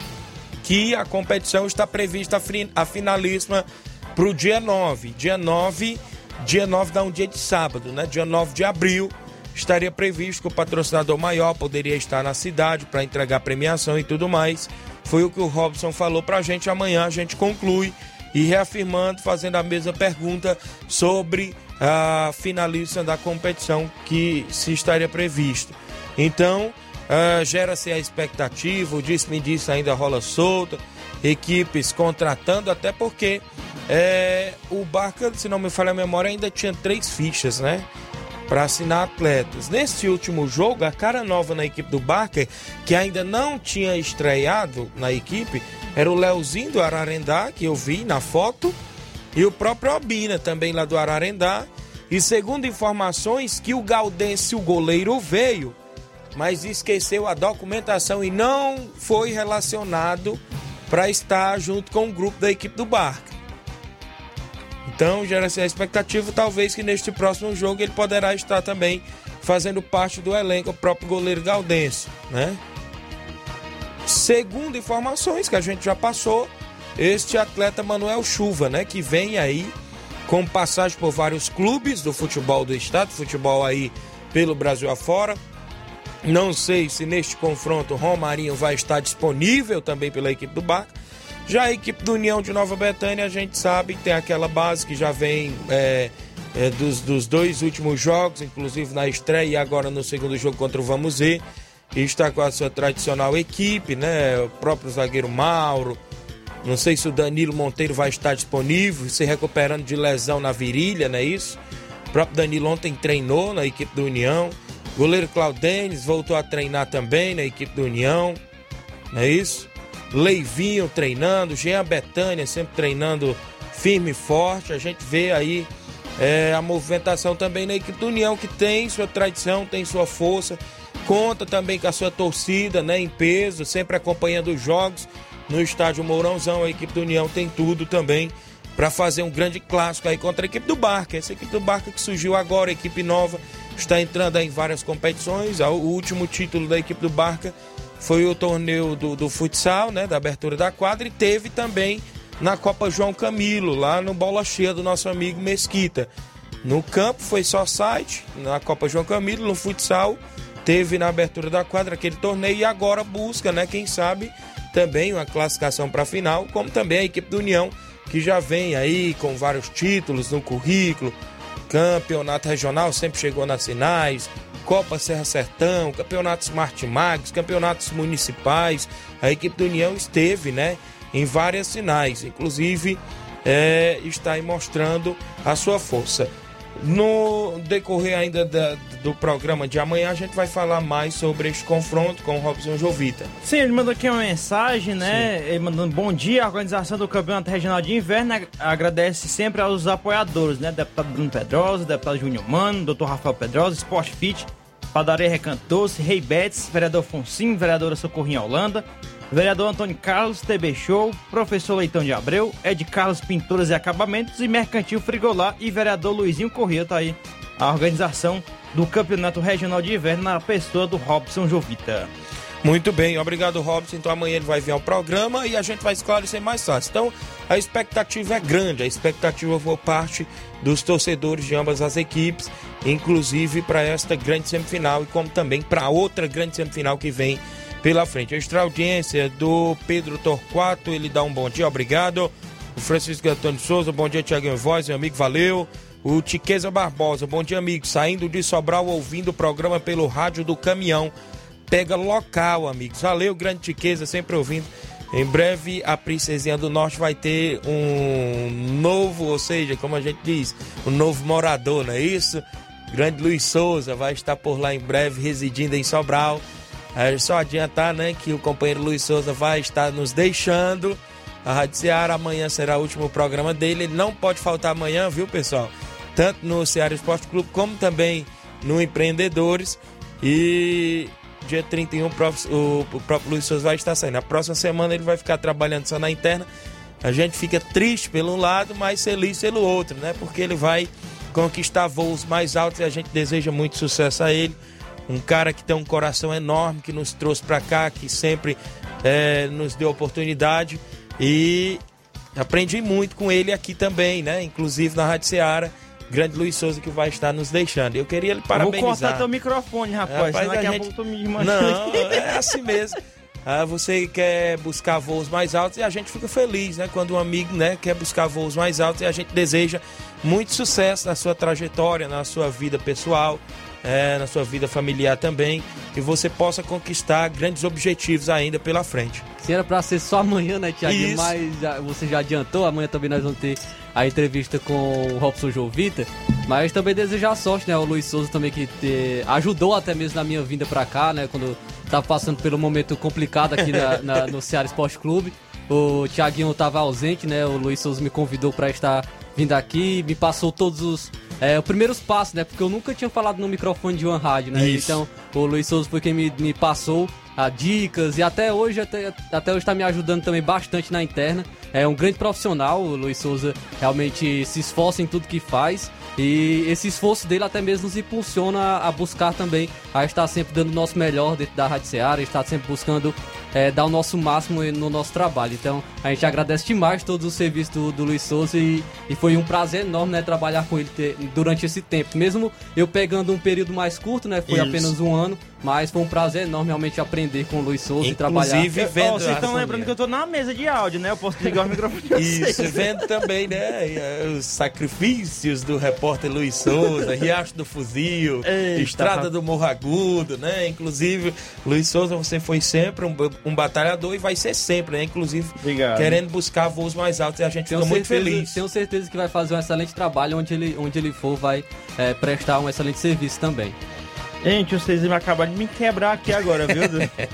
S2: que a competição está prevista a finalíssima para o dia nove. Dia nove, dia nove dá um dia de sábado, né? Dia nove de abril estaria previsto que o patrocinador maior poderia estar na cidade para entregar premiação e tudo mais. Foi o que o Robson falou para a gente. Amanhã a gente conclui e reafirmando, fazendo a mesma pergunta sobre a finalista da competição que se estaria previsto. Então, uh, gera-se a expectativa, o disse-me disse ainda rola solta, equipes contratando, até porque é, o Barca, se não me falha a memória, ainda tinha três fichas, né, para assinar atletas. Nesse último jogo, a cara nova na equipe do Barca, que ainda não tinha estreado na equipe, era o Leozinho do Ararendá, que eu vi na foto, e o próprio Obina, também lá do Ararendá. E segundo informações, que o Galdense, o goleiro, veio, mas esqueceu a documentação e não foi relacionado para estar junto com o grupo da equipe do Barca. Então, gera-se a expectativa, talvez, que neste próximo jogo ele poderá estar também fazendo parte do elenco, o próprio goleiro Galdense, né? Segundo informações que a gente já passou, este atleta Manuel Chuva, né, que vem aí com passagem por vários clubes do futebol do estado, futebol aí pelo Brasil afora. Não sei se neste confronto o Romarinho vai estar disponível também pela equipe do Barca. Já a equipe do União de Nova Betânia, a gente sabe, tem aquela base que já vem é, é, dos, dos dois últimos jogos, inclusive na estreia e agora no segundo jogo contra o Vamos Ver, e está com a sua tradicional equipe, né? O próprio zagueiro Mauro. Não sei se o Danilo Monteiro vai estar disponível, se recuperando de lesão na virilha, não é isso? O próprio Danilo ontem treinou na equipe do União. O goleiro Claudênis voltou a treinar também na equipe do União, não é isso? Leivinho treinando, Jean Betânia sempre treinando firme e forte. A gente vê aí é, a movimentação também na equipe do União, que tem sua tradição, tem sua força, conta também com a sua torcida, né, em peso, sempre acompanhando os jogos no estádio Mourãozão. A equipe do União tem tudo também para fazer um grande clássico aí contra a equipe do Barca. Essa equipe do Barca que surgiu agora, equipe nova, está entrando aí em várias competições. O último título da equipe do Barca foi o torneio do, do futsal, né, da abertura da quadra, e teve também na Copa João Camilo, lá no Bola Cheia do nosso amigo Mesquita. No campo foi só site, na Copa João Camilo, no futsal teve na abertura da quadra aquele torneio, e agora busca, né, quem sabe, também uma classificação para a final, como também a equipe do União, que já vem aí com vários títulos no currículo, campeonato regional, sempre chegou nas finais, Copa Serra Sertão, campeonatos Martimagos, campeonatos municipais. A equipe do União esteve, né, em várias finais, inclusive é, está aí mostrando a sua força. No decorrer ainda da, do programa de amanhã, a gente vai falar mais sobre este confronto com o Robson Jovita.
S3: Sim, ele mandou aqui uma mensagem, né? Sim. Ele mandando bom dia. A organização do Campeonato Regional de Inverno agradece sempre aos apoiadores, né? Deputado Bruno Pedrosa, deputado Júnior Mano, doutor Rafael Pedrosa, Sport Fit, Padaria Recantou-se, Rei Betes, vereador Foncinho, vereadora Socorrinha Holanda, vereador Antônio Carlos, T B Show, professor Leitão de Abreu, Ed Carlos Pinturas e Acabamentos e Mercantil Frigolá, e vereador Luizinho Corrêa. Tá aí a organização do Campeonato Regional de Inverno na pessoa do Robson Jovita.
S2: Muito bem, obrigado, Robson. Então amanhã ele vai vir ao programa e a gente vai esclarecer mais fácil. Então a expectativa é grande, a expectativa por parte dos torcedores de ambas as equipes inclusive para esta grande semifinal e como também para outra grande semifinal que vem pela frente. A extra audiência do Pedro Torquato, ele dá um bom dia, obrigado. O Francisco Antônio Souza, bom dia, Tiaguinho Voz, meu amigo, valeu. O Tiqueza Barbosa, bom dia, amigo, saindo de Sobral, ouvindo o programa pelo rádio do caminhão. Pega local, amigos. Valeu, grande Tiqueza, sempre ouvindo. Em breve a Princesinha do Norte vai ter um novo, ou seja, como a gente diz, um novo morador, não é isso? Grande Luiz Souza vai estar por lá em breve, residindo em Sobral. É só adiantar, né, que o companheiro Luiz Souza vai estar nos deixando. A Rádio Ceará amanhã será o último programa dele. Ele não pode faltar amanhã, viu, pessoal? Tanto no Ceará Esporte Clube como também no Empreendedores. E dia trinta e um o próprio, o, o próprio Luiz Souza vai estar saindo. Na próxima semana ele vai ficar trabalhando só na interna. A gente fica triste pelo um lado, mas feliz pelo outro, né? Porque ele vai conquistar voos mais altos e a gente deseja muito sucesso a ele. Um cara que tem um coração enorme, que nos trouxe para cá, que sempre é, nos deu oportunidade. E aprendi muito com ele aqui também, né? Inclusive na Rádio Ceará. Grande Luiz Souza que vai estar nos deixando. Eu queria lhe parabenizar.
S3: Vou cortar teu microfone, rapaz.
S2: rapaz
S3: daqui a,
S2: gente...
S3: a pouco tu me manda.
S2: Não, é assim mesmo. Ah, você quer buscar voos mais altos e a gente fica feliz, né? Quando um amigo, né, quer buscar voos mais altos e a gente deseja muito sucesso na sua trajetória, na sua vida pessoal, é, na sua vida familiar também, que você possa conquistar grandes objetivos ainda pela frente.
S4: Se era pra ser só amanhã, né, Thiaguinho? Mas já, você já adiantou, amanhã também nós vamos ter a entrevista com o Robson Jovita, mas também desejar sorte, né, o Luiz Souza também que te, ajudou até mesmo na minha vinda pra cá, né, quando tava passando pelo momento complicado aqui na, na, no Ceará Esporte Clube. O Thiaguinho tava ausente, né, o Luiz Souza me convidou pra estar vindo aqui, me passou todos os é, os primeiros passos, né, porque eu nunca tinha falado no microfone de uma rádio, né, Isso. Então o Luiz Souza foi quem me, me passou a dicas e até hoje até, até hoje está me ajudando também bastante na interna. É um grande profissional, o Luiz Souza realmente se esforça em tudo que faz e esse esforço dele até mesmo nos impulsiona a buscar também, a estar sempre dando o nosso melhor dentro da Rádio Ceará, estar sempre buscando é, dar o nosso máximo no nosso trabalho. Então a gente agradece demais todos os serviços do, do Luiz Souza e, e foi um prazer enorme, né, trabalhar com ele ter, durante esse tempo, mesmo eu pegando um período mais curto, né, foi Isso. apenas um ano, mas foi um prazer enorme realmente aprender com o Luiz Souza e trabalhar.
S2: Inclusive vendo...
S3: Oh, vocês estão lembrando que eu tô na mesa de áudio, né? Eu posso ligar o microfone de vocês.
S2: Isso, vendo também, né? Os sacrifícios do repórter Luiz Souza, Riacho do Fuzil, Eita, Estrada tá... do Morro Agudo, né? Inclusive, Luiz Souza, você foi sempre um, um batalhador e vai ser sempre, né? Inclusive, Obrigado. Querendo buscar voos mais altos e a gente tenho fica certeza, muito feliz.
S4: Tenho certeza que vai fazer um excelente trabalho, onde ele, onde ele for vai é, prestar um excelente serviço também.
S3: Gente, vocês acabaram de me quebrar aqui agora, viu?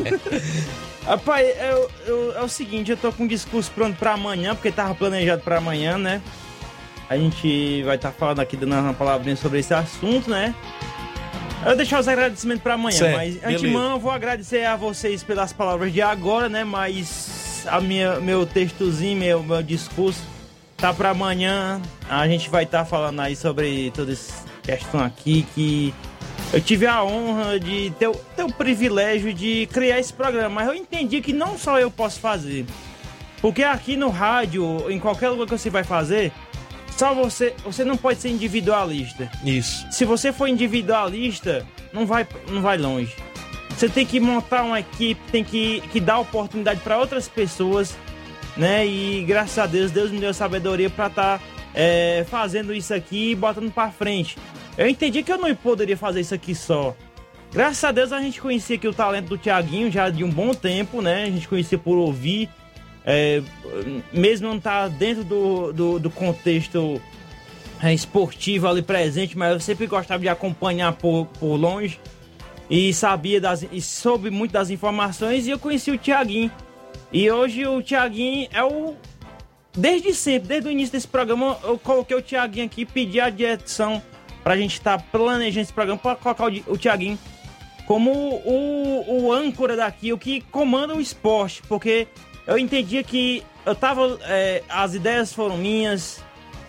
S3: Rapaz, eu, eu, é o seguinte, eu tô com um discurso pronto pra amanhã, porque tava planejado pra amanhã, né? A gente vai estar tá falando aqui, dando uma palavrinha sobre esse assunto, né? Eu vou deixar os agradecimentos pra amanhã, certo, mas antemão eu vou agradecer a vocês pelas palavras de agora, né? Mas a minha, meu textozinho, meu, meu discurso tá pra amanhã. A gente vai estar tá falando aí sobre toda essa questão aqui que... Eu tive a honra de ter, ter o privilégio de criar esse programa, mas eu entendi que não só eu posso fazer. Porque aqui no rádio, em qualquer lugar que você vai fazer, só você, você não pode ser individualista.
S2: Isso.
S3: Se você for individualista, não vai, não vai longe. Você tem que montar uma equipe, tem que, que dar oportunidade para outras pessoas, né? E graças a Deus, Deus me deu sabedoria para estar tá, é, fazendo isso aqui e botando para frente. Eu entendi que eu não poderia fazer isso aqui só. Graças a Deus a gente conhecia aqui o talento do Thiaguinho já de um bom tempo, né? A gente conhecia por ouvir, é, mesmo não estar dentro do, do, do contexto é, esportivo ali presente, mas eu sempre gostava de acompanhar por, por longe e sabia das, e soube muito das informações e eu conheci o Thiaguinho. E hoje o Thiaguinho é o... Desde sempre, desde o início desse programa, eu coloquei o Thiaguinho aqui, pedi a direção pra gente estar tá planejando esse programa, pra colocar o, o Thiaguinho como o, o âncora daqui, o que comanda o esporte, porque eu entendia que eu tava, é, as ideias foram minhas,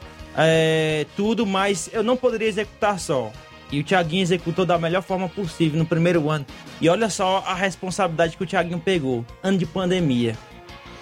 S3: é, tudo, mas eu não poderia executar só. E o Thiaguinho executou da melhor forma possível no primeiro ano. E olha só a responsabilidade que o Thiaguinho pegou, ano de pandemia.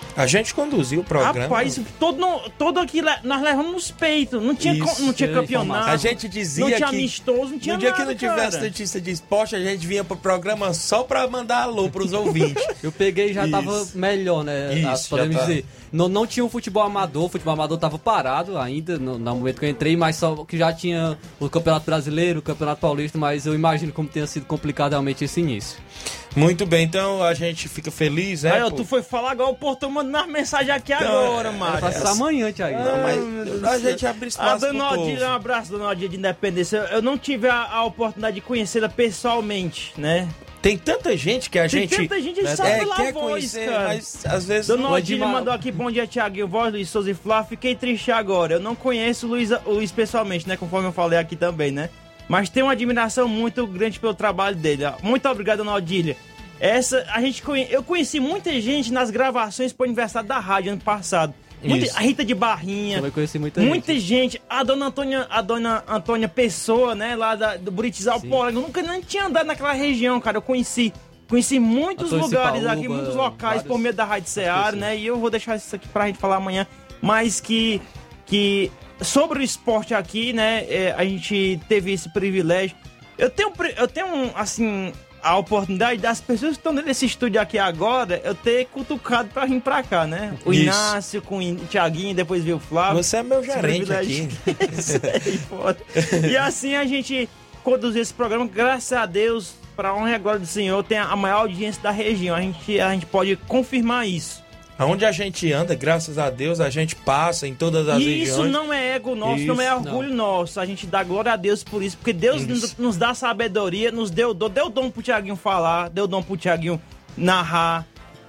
S2: A gente conduziu o programa.
S3: Rapaz, todo, todo aquilo nós levamos nos peitos. Não tinha,
S2: Isso,
S3: não tinha campeonato.
S2: A gente dizia
S3: não tinha
S2: que
S3: amistoso, não tinha
S2: no dia
S3: nada,
S2: que não tivesse
S3: cara.
S2: notícia de esporte, a gente vinha pro programa só pra mandar alô pros ouvintes.
S4: Eu peguei e já
S2: Isso.
S4: tava melhor, né?
S2: Isso,
S4: podemos
S2: já tá.
S4: dizer. Não, não tinha um futebol amador, o futebol amador tava parado ainda no, no momento que eu entrei, mas só que já tinha o Campeonato Brasileiro, o Campeonato Paulista, mas eu imagino como tenha sido complicado realmente esse início.
S2: Muito bem, então a gente fica feliz, né?
S3: Aí, ó,
S2: pô?
S3: tu foi falar agora, o portão mandando as mensagens aqui
S2: Então,
S3: agora,
S2: é,
S3: mano.
S4: Pra ser amanhã, Thiago.
S2: Não, mas a gente abre
S3: A
S2: espaço pro
S3: dona Odília, um
S2: povo.
S3: abraço, dona Odília de Independência. Eu, eu não tive a, a oportunidade de conhecê-la pessoalmente, né?
S2: Tem tanta gente que a
S3: Tem
S2: gente
S3: tanta gente que
S2: é,
S3: sabe pela
S2: quer
S3: voz,
S2: conhecer,
S3: cara.
S2: mas às vezes
S3: Dona
S2: não.
S3: Odília
S4: Edmar-
S3: mandou aqui, bom dia, Thiaguinho, voz, Luiz Souza e Flá. Fiquei triste agora. Eu não conheço o Luiz, o Luiz pessoalmente, né? Conforme eu falei aqui também, né? Mas tenho uma admiração muito grande pelo trabalho dele. Muito obrigado, dona Odília. Essa, a gente conhe... Eu conheci muita gente nas gravações pro aniversário da rádio ano passado. Muita...
S2: Isso.
S3: A Rita de Barrinha.
S4: Também conheci muita,
S3: Muita
S4: gente.
S3: gente. A dona Antônia, a dona Antônia Pessoa, né? Lá da, do Buritizal Poranga. Eu nunca nem tinha andado naquela região, cara. Eu conheci. Conheci muitos
S4: Antônio
S3: lugares
S4: Cipaúba,
S3: aqui, muitos locais
S4: vários-
S3: por meio da Rádio Ceará, né? E eu vou deixar isso aqui pra gente falar amanhã. Mas que, que sobre o esporte aqui, né? É, a gente teve esse privilégio. Eu tenho, pri- eu tenho um, assim, a oportunidade das pessoas que estão nesse estúdio aqui agora, eu ter cutucado pra vir pra cá, né? O
S2: Isso.
S3: Inácio com o Thiaguinho, depois veio o Flávio.
S2: Você é meu
S3: Esse
S2: gerente
S3: privilégio.
S2: aqui.
S3: Isso aí, foda. E assim a gente conduziu esse programa, graças a Deus, para honra e glória do Senhor, tem a maior audiência da região. A gente, a gente pode confirmar isso.
S2: Aonde a gente anda, graças a Deus, a gente passa em todas as
S3: E
S2: regiões.
S3: isso não é ego nosso,
S2: Isso,
S3: não é orgulho nosso. A gente dá glória a Deus por isso, porque Deus nos, nos dá sabedoria, nos deu dom, deu dom pro Thiaguinho falar, deu dom pro Thiaguinho narrar.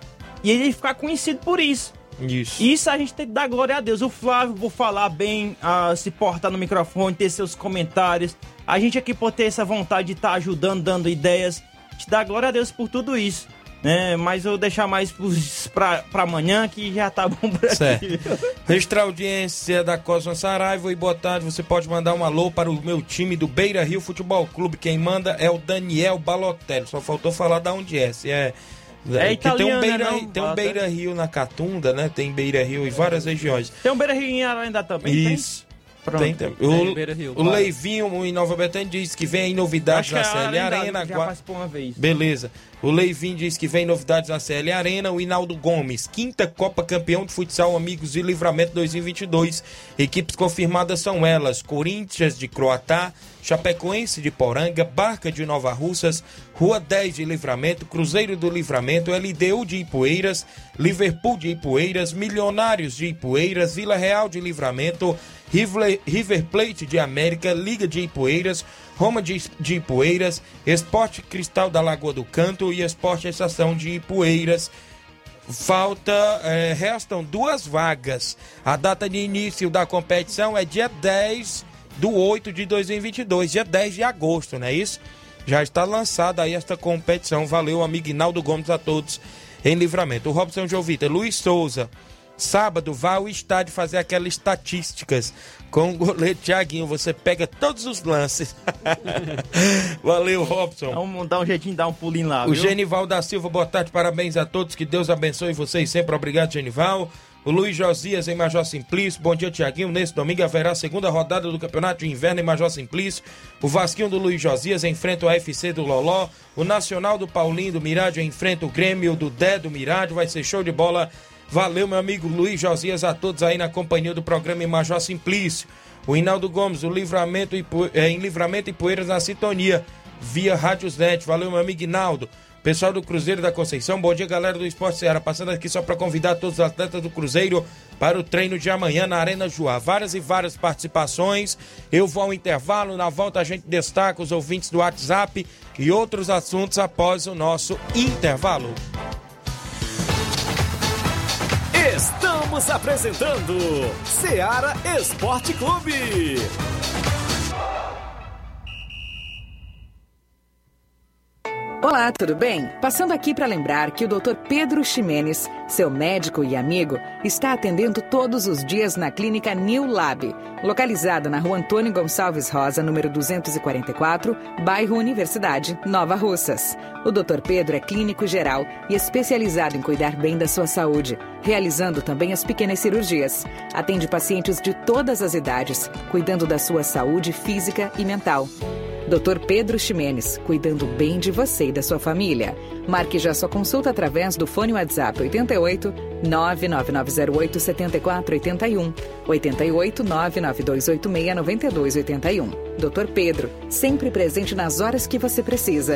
S3: E ele ficar conhecido por isso.
S2: Isso.
S3: Isso a gente tem que dar glória a Deus. O Flávio, por falar bem, ah, se portar no microfone, ter seus comentários. A gente aqui por ter essa vontade de estar ajudando, dando ideias. A gente dá glória a Deus por tudo isso. Né? Mas eu vou deixar mais pros- pra, pra amanhã, que já tá bom por aqui.
S2: Certo. Registrar a audiência da Cosma Saraiva e boa tarde. Você pode mandar um alô para o meu time do Beira Rio Futebol Clube. Quem manda é o Daniel Balotelli. Só faltou falar da onde é. Se é.
S3: É
S2: que tem um
S3: italiana,
S2: Beira,
S3: não?
S2: tem um
S3: Ah,
S2: Beira Rio na Catunda, né? Tem Beira Rio em várias regiões.
S3: Tem um Beira Rio em Ararendá também,
S2: Isso.
S3: tem? Pronto.
S2: Tem, tem.
S4: Tem,
S2: O,
S4: Beira Rio,
S2: o
S4: claro.
S2: Leivinho em Nova Betânia diz que vem novidades
S3: Acho que
S2: na
S3: é
S2: C L
S3: Ararendá,
S2: Arena.
S3: já
S2: Gua-
S3: participou uma vez.
S2: Beleza. O Leivinho diz que vem novidades na C L Arena. O Hinaldo Gomes, quinta Copa Campeão de Futsal Amigos de Livramento dois mil e vinte e dois. Equipes confirmadas são elas: Corinthians de Croatá, Chapecoense de Poranga, Barca de Nova Russas, Rua dez de Livramento, Cruzeiro do Livramento, L D U de Ipueiras, Liverpool de Ipueiras, Milionários de Ipueiras, Vila Real de Livramento, River River Plate de América, Liga de Ipueiras, Roma de, de Ipueiras, Esporte Cristal da Lagoa do Canto e Esporte Estação de Ipueiras. Falta, eh, restam duas vagas. A data de início da competição é dia dez do oito de dois mil e vinte e dois, dia dez de agosto, não é isso? Já está lançada aí esta competição. Valeu, amigo Hinaldo Gomes, a todos em Livramento. O Robson Jovita, Luiz Souza, sábado vá ao estádio fazer aquelas estatísticas com o goleiro Thiaguinho. Você pega todos os lances. Valeu, Robson.
S3: Vamos dar um jeitinho de dar um pulinho lá,
S2: O
S3: viu?
S2: Genival da Silva, boa tarde, parabéns a todos, que Deus abençoe vocês sempre, obrigado, Genival. O Luiz Josias em Major Simplício, bom dia, Thiaguinho. Nesse domingo haverá a segunda rodada do Campeonato de Inverno em Major Simplício. O Vasquinho do Luiz Josias enfrenta o A F C do Loló. O Nacional do Paulinho do Mirádio enfrenta o Grêmio do Dé do Mirádio. Vai ser show de bola. Valeu, meu amigo Luiz Josias, a todos aí na companhia do programa em Major Simplício. O Hinaldo Gomes, o Livramento e, é, em Livramento e Poeiras na sintonia, via Rádios Net. Valeu, meu amigo Hinaldo. Pessoal do Cruzeiro da Conceição, bom dia, galera do Esporte Ceará. Passando aqui só para convidar todos os atletas do Cruzeiro para o treino de amanhã na Arena Joá. Várias e várias participações. Eu vou ao intervalo, na volta a gente destaca os ouvintes do WhatsApp e outros assuntos após o nosso intervalo.
S1: Estamos apresentando Ceará Esporte Clube.
S8: Olá, tudo bem? Passando aqui para lembrar que o doutor Pedro Ximenes, seu médico e amigo, está atendendo todos os dias na clínica New Lab, localizada na rua Antônio Gonçalves Rosa, número duzentos e quarenta e quatro, bairro Universidade, Nova Russas. O doutor Pedro é clínico geral e especializado em cuidar bem da sua saúde, realizando também as pequenas cirurgias. Atende pacientes de todas as idades, cuidando da sua saúde física e mental. doutor Pedro Ximenes, cuidando bem de você e da sua família. Marque já sua consulta através do fone WhatsApp oito oito, nove nove nove zero oito, sete quatro oito um, oito oito, nove nove dois oito seis, nove dois oito um. doutor Pedro, sempre presente nas horas que você precisa.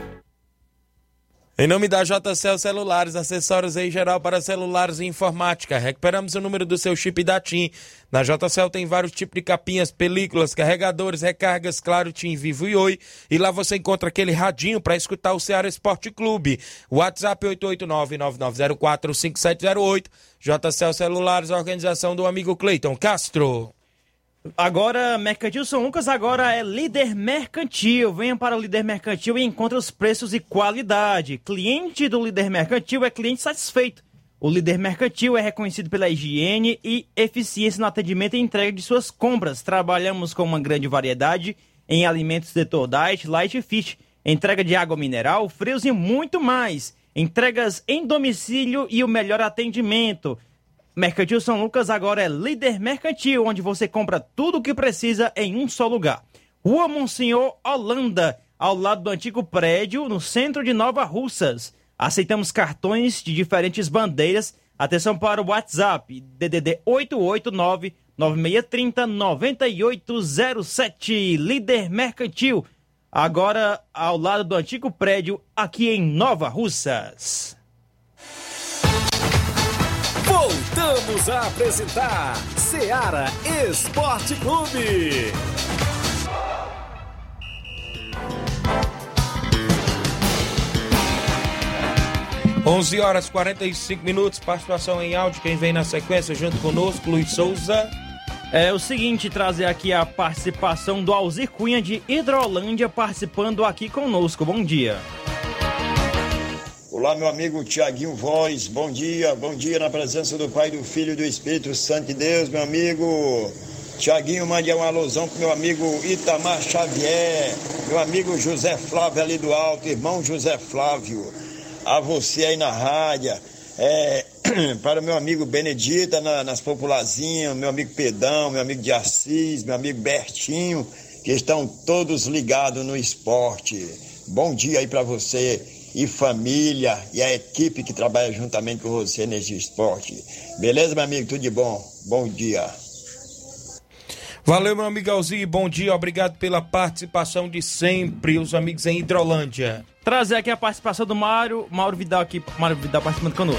S2: Em nome da J C L Celulares, acessórios em geral para celulares e informática. Recuperamos o número do seu chip da TIM. Na J C L tem vários tipos de capinhas, películas, carregadores, recargas, claro, TIM, Vivo e Oi. E lá você encontra aquele radinho para escutar o Ceará Esporte Clube. WhatsApp oito oito nove, nove nove zero quatro, cinco sete zero oito. J C L Celulares, organização do amigo Cleiton Castro.
S3: Agora, Mercantil São Lucas agora é líder mercantil. Venha para o líder mercantil e encontre os preços e qualidade. Cliente do líder mercantil é cliente satisfeito. O líder mercantil é reconhecido pela higiene e eficiência no atendimento e entrega de suas compras. Trabalhamos com uma grande variedade em alimentos Setor Diet, Light e Fish, entrega de água mineral, frios e muito mais. Entregas em domicílio e o melhor atendimento. Mercantil São Lucas agora é líder mercantil, onde você compra tudo o que precisa em um só lugar. Rua Monsenhor Holanda, ao lado do antigo prédio, no centro de Nova Russas. Aceitamos cartões de diferentes bandeiras. Atenção para o WhatsApp, D D D oito oito nove, nove seis três zero, nove oito zero sete. Líder mercantil, agora ao lado do antigo prédio, aqui em Nova Russas.
S1: Voltamos a apresentar Ceará Esporte Clube.
S2: onze horas e quarenta e cinco minutos, participação em áudio. Quem vem na sequência junto conosco, Luiz Souza.
S3: É o seguinte, trazer aqui a participação do Alzir Cunha de Hidrolândia, participando aqui conosco. Bom dia.
S9: Olá, meu amigo Tiaguinho Voz, bom dia, bom dia na presença do Pai, do Filho e do Espírito Santo de Deus, meu amigo Tiaguinho, mande um alusão pro meu amigo Itamar Xavier, meu amigo José Flávio ali do Alto, irmão José Flávio, a você aí na rádio, é, para o meu amigo Benedita na, nas Popularzinhas, meu amigo Pedão, meu amigo de Assis, meu amigo Bertinho, que estão todos ligados no esporte. Bom dia aí para você e família, e a equipe que trabalha juntamente com você nesse esporte. Beleza, meu amigo? Tudo de bom? Bom dia.
S2: Valeu, meu amigo Alzir, bom dia, obrigado pela participação de sempre, os amigos em Hidrolândia.
S3: Trazer aqui a participação do Mário, Mauro Vidal aqui, Mário Vidal participando conosco.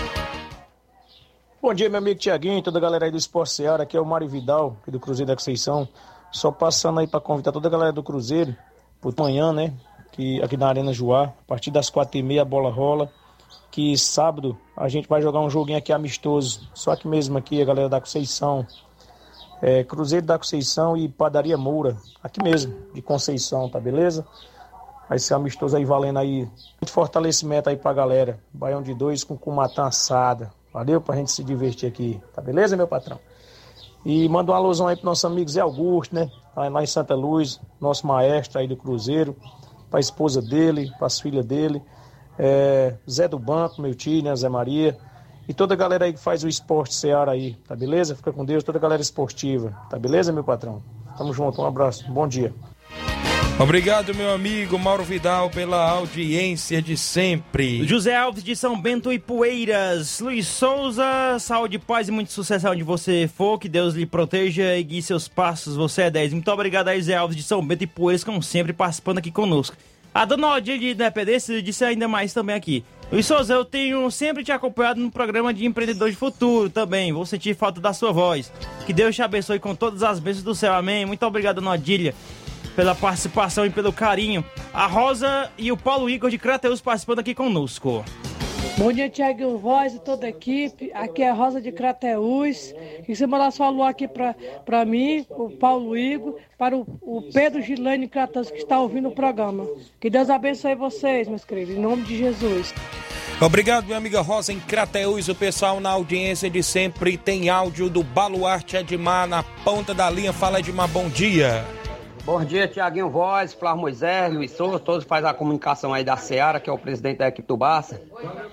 S10: Bom dia, meu amigo Tiaguinho e toda a galera aí do Esporte Ceará, aqui é o Mário Vidal, aqui do Cruzeiro da Conceição, só passando aí para convidar toda a galera do Cruzeiro, por manhã, né? Que aqui na Arena Joá, a partir das quatro e meia a bola rola, que sábado a gente vai jogar um joguinho aqui amistoso, só que mesmo aqui a galera da Conceição, é, Cruzeiro da Conceição e Padaria Moura, aqui mesmo, de Conceição, tá beleza? Vai ser amistoso aí, valendo aí, muito fortalecimento aí pra galera, baião de dois com cumatã assada, valeu? Pra gente se divertir aqui, tá beleza, meu patrão? E manda uma alusão aí pro nosso amigo Zé Augusto, né, lá em Santa Luz, nosso maestro aí do Cruzeiro, para a esposa dele, para as filhas dele, é, Zé do Banco, meu tio, né, Zé Maria, e toda a galera aí que faz o esporte Ceará aí, tá beleza? Fica com Deus, toda a galera esportiva, tá beleza, meu patrão? Tamo junto, um abraço, bom dia.
S2: Obrigado, meu amigo Mauro Vidal, pela audiência de sempre.
S3: José Alves de São Bento e Poeiras. Luiz Souza, saúde, paz e muito sucesso onde você for. Que Deus lhe proteja e guie seus passos. Você é dez. Muito obrigado aí, José Alves de São Bento e Poeiras, como sempre, participando aqui conosco. A dona Odir de Independência disse ainda mais também aqui. Luiz Souza, eu tenho sempre te acompanhado no programa de Empreendedor de Futuro também. Vou sentir falta da sua voz. Que Deus te abençoe com todas as bênçãos do céu. Amém. Muito obrigado, dona Odília, pela participação e pelo carinho. A Rosa e o Paulo Igor de Crateus participando aqui conosco.
S11: Bom dia, Tiaguinho Voz e toda a equipe. Aqui é a Rosa de Crateús. E você mandar sua alô aqui para mim, o Paulo Igor, para o, o Pedro Gilane Crateús, que está ouvindo o programa. Que Deus abençoe vocês, meus queridos, em nome de Jesus.
S2: Obrigado, minha amiga Rosa em Crateús, o pessoal na audiência de sempre. Tem áudio do Baluarte Edmar na ponta da linha. Fala, Edmar, bom dia.
S12: Bom dia, Tiaguinho Voz, Flávio Moisés, Luiz Souza, todos fazem a comunicação aí da Seara, que é o presidente da equipe do Barça.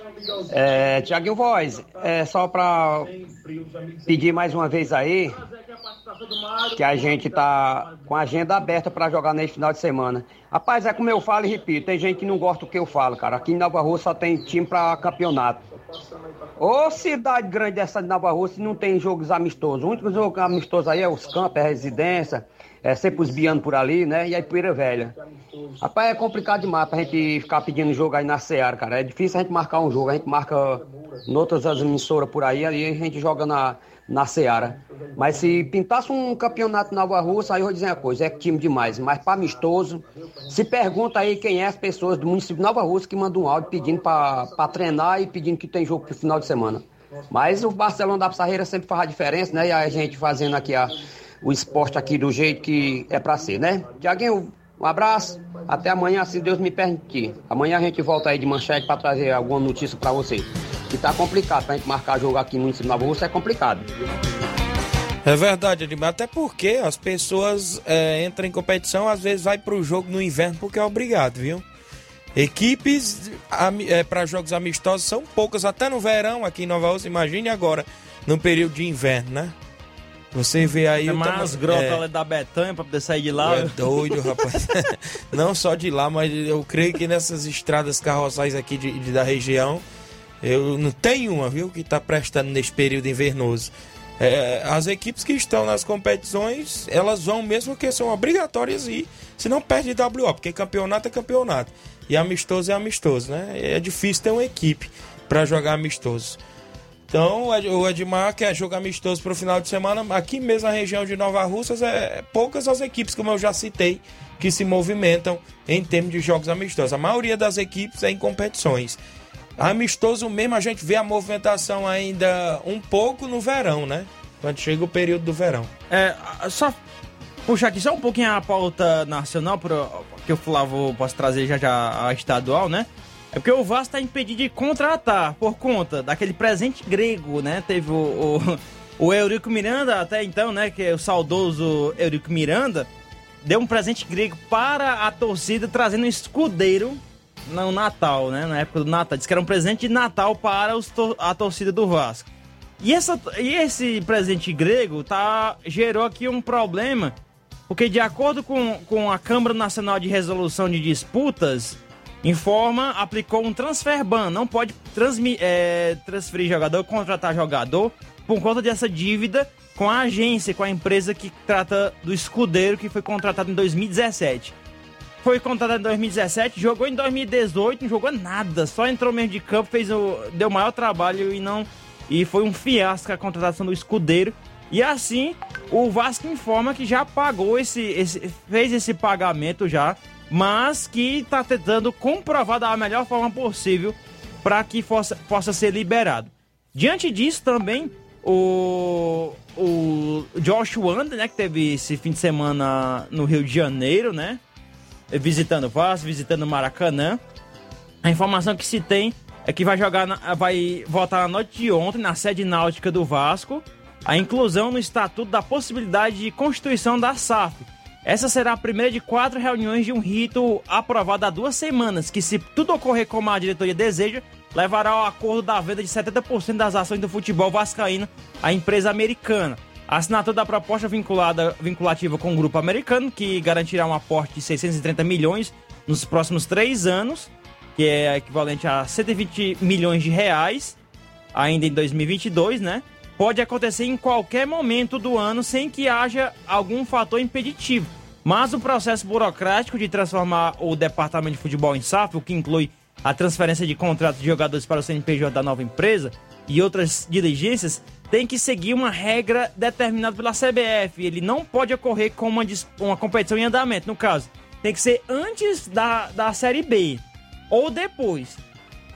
S12: É, Tiaguinho Voz, é só para pedir mais uma vez aí que a gente tá com a agenda aberta para jogar nesse final de semana. Rapaz, é como eu falo e repito, tem gente que não gosta do que eu falo, cara. Aqui em Nova Rússia só tem time para campeonato. Ô cidade grande dessa de Nova Rússia não tem jogos amistosos. O único jogo amistoso aí é os campos, é a residência, é sempre os bianos por ali, né? E a Ipueira Velha. Rapaz, é complicado demais pra gente ficar pedindo jogo aí na Seara, cara. É difícil a gente marcar um jogo. A gente marca em outras emissoras por aí, ali a gente joga na, na Seara. Mas se pintasse um campeonato na Nova Rússia, aí eu vou dizer uma coisa, é time demais. Mas pra amistoso, se pergunta aí quem é as pessoas do município de Nova Rússia que mandam um áudio pedindo pra, pra treinar e pedindo que tem jogo pro final de semana. Mas o Barcelona da Pissarreira sempre faz a diferença, né? E a gente fazendo aqui a... o esporte aqui do jeito que é pra ser, né? Tiaguinho, um abraço, até amanhã, se Deus me permitir. Amanhã a gente volta aí de manchete pra trazer alguma notícia pra você. Que tá complicado, pra gente marcar jogo aqui no município de Nova Rússia é complicado.
S2: É verdade, Edmar, até porque as pessoas é, entram em competição, às vezes vai pro jogo no inverno porque é obrigado, viu? Equipes é, para jogos amistosos são poucas, até no verão aqui em Nova Rússia, imagine agora, no período de inverno, né? Você vê aí...
S3: Tem umas grotas é, da Betânia pra poder sair de lá.
S2: É doido, rapaz. Não só de lá, mas eu creio que nessas estradas carroçais aqui de, de, da região, eu não tenho uma, viu, que tá prestando nesse período invernoso. É, as equipes que estão nas competições, elas vão mesmo que são obrigatórias ir, senão perde W O, porque campeonato é campeonato. E amistoso é amistoso, né? É difícil ter uma equipe para jogar amistoso. Então, o Edmar quer jogar amistoso para o final de semana. Aqui mesmo na região de Nova Russas, é poucas as equipes, como eu já citei, que se movimentam em termos de jogos amistosos. A maioria das equipes é em competições. Amistoso mesmo, a gente vê a movimentação ainda um pouco no verão, né? Quando chega o período do verão.
S3: É, só puxar aqui só um pouquinho a pauta nacional, que o Flávio posso trazer já já a estadual, né? É porque o Vasco está impedido de contratar por conta daquele presente grego, né? Teve o, o, o Eurico Miranda até então, né? Que é o saudoso Eurico Miranda, deu um presente grego para a torcida, trazendo um escudeiro no Natal, né? Na época do Natal. Diz que era um presente de Natal para os, a torcida do Vasco. E, essa, e esse presente grego tá, gerou aqui um problema, porque de acordo com, com a Câmara Nacional de Resolução de Disputas, informa, aplicou um transfer ban, não pode transmi, é, transferir jogador, contratar jogador, por conta dessa dívida com a agência, com a empresa que trata do escudeiro, que foi contratado em dois mil e dezessete. Foi contratado em dois mil e dezessete, jogou em dois mil e dezoito, não jogou nada, só entrou mesmo de campo, fez o, deu o maior trabalho e não... E foi um fiasco a contratação do escudeiro. E assim, o Vasco informa que já pagou esse, esse fez esse pagamento já, mas que está tentando comprovar da melhor forma possível para que possa, possa ser liberado. Diante disso também, o, o Josh Wander, né, que teve esse fim de semana no Rio de Janeiro, né, visitando o Vasco, visitando o Maracanã. A informação que se tem é que vai jogar, na, vai votar na noite de ontem, na sede náutica do Vasco, a inclusão no estatuto da possibilidade de constituição da S A F. Essa será a primeira de quatro reuniões de um rito aprovado há duas semanas, que, se tudo ocorrer como a diretoria deseja, levará ao acordo da venda de setenta por cento das ações do futebol vascaíno à empresa americana. A assinatura da proposta vinculada, vinculativa com o grupo americano, que garantirá um aporte de seiscentos e trinta milhões nos próximos três anos, que é equivalente a cento e vinte milhões de reais, ainda em dois mil e vinte e dois, né? Pode acontecer em qualquer momento do ano sem que haja algum fator impeditivo. Mas o processo burocrático de transformar o departamento de futebol em S A F, o que inclui a transferência de contratos de jogadores para o C N P J da nova empresa e outras diligências, tem que seguir uma regra determinada pela C B F. Ele não pode ocorrer com uma, uma competição em andamento, no caso. Tem que ser antes da, da Série B ou depois.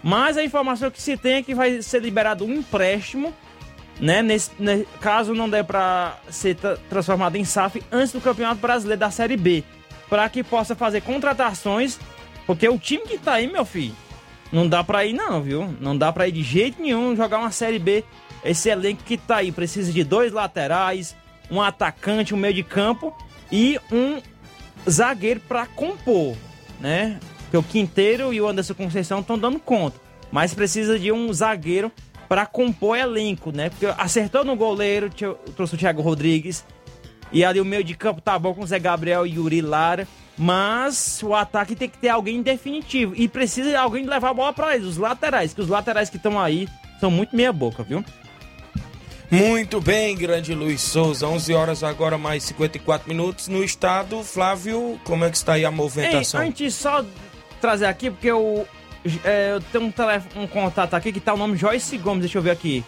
S3: Mas a informação que se tem é que vai ser liberado um empréstimo, né? Nesse, nesse caso não der para ser tra- transformado em S A F antes do Campeonato Brasileiro da Série B, para que possa fazer contratações, porque o time que tá aí, meu filho, não dá para ir não, viu? Não dá para ir de jeito nenhum jogar uma Série B. Esse elenco que tá aí precisa de dois laterais, um atacante, um meio de campo e um zagueiro para compor, né? Porque o Quinteiro e o Anderson Conceição estão dando conta, mas precisa de um zagueiro para compor elenco, né? Porque acertou no goleiro, trouxe o Thiago Rodrigues, e ali o meio de campo tá bom com o Zé Gabriel e Yuri Lara, mas o ataque tem que ter alguém definitivo, e precisa de alguém levar a bola para eles, os laterais, que os laterais que estão aí são muito meia boca, viu?
S2: Muito bem, grande Luiz Souza. onze horas agora, mais cinquenta e quatro minutos no estado. Flávio, como é que está aí a movimentação?
S3: Ei, antes só trazer aqui, porque eu, é, eu tenho um, telefone, um contato aqui que tá o nome Joyce Gomes, deixa eu ver aqui.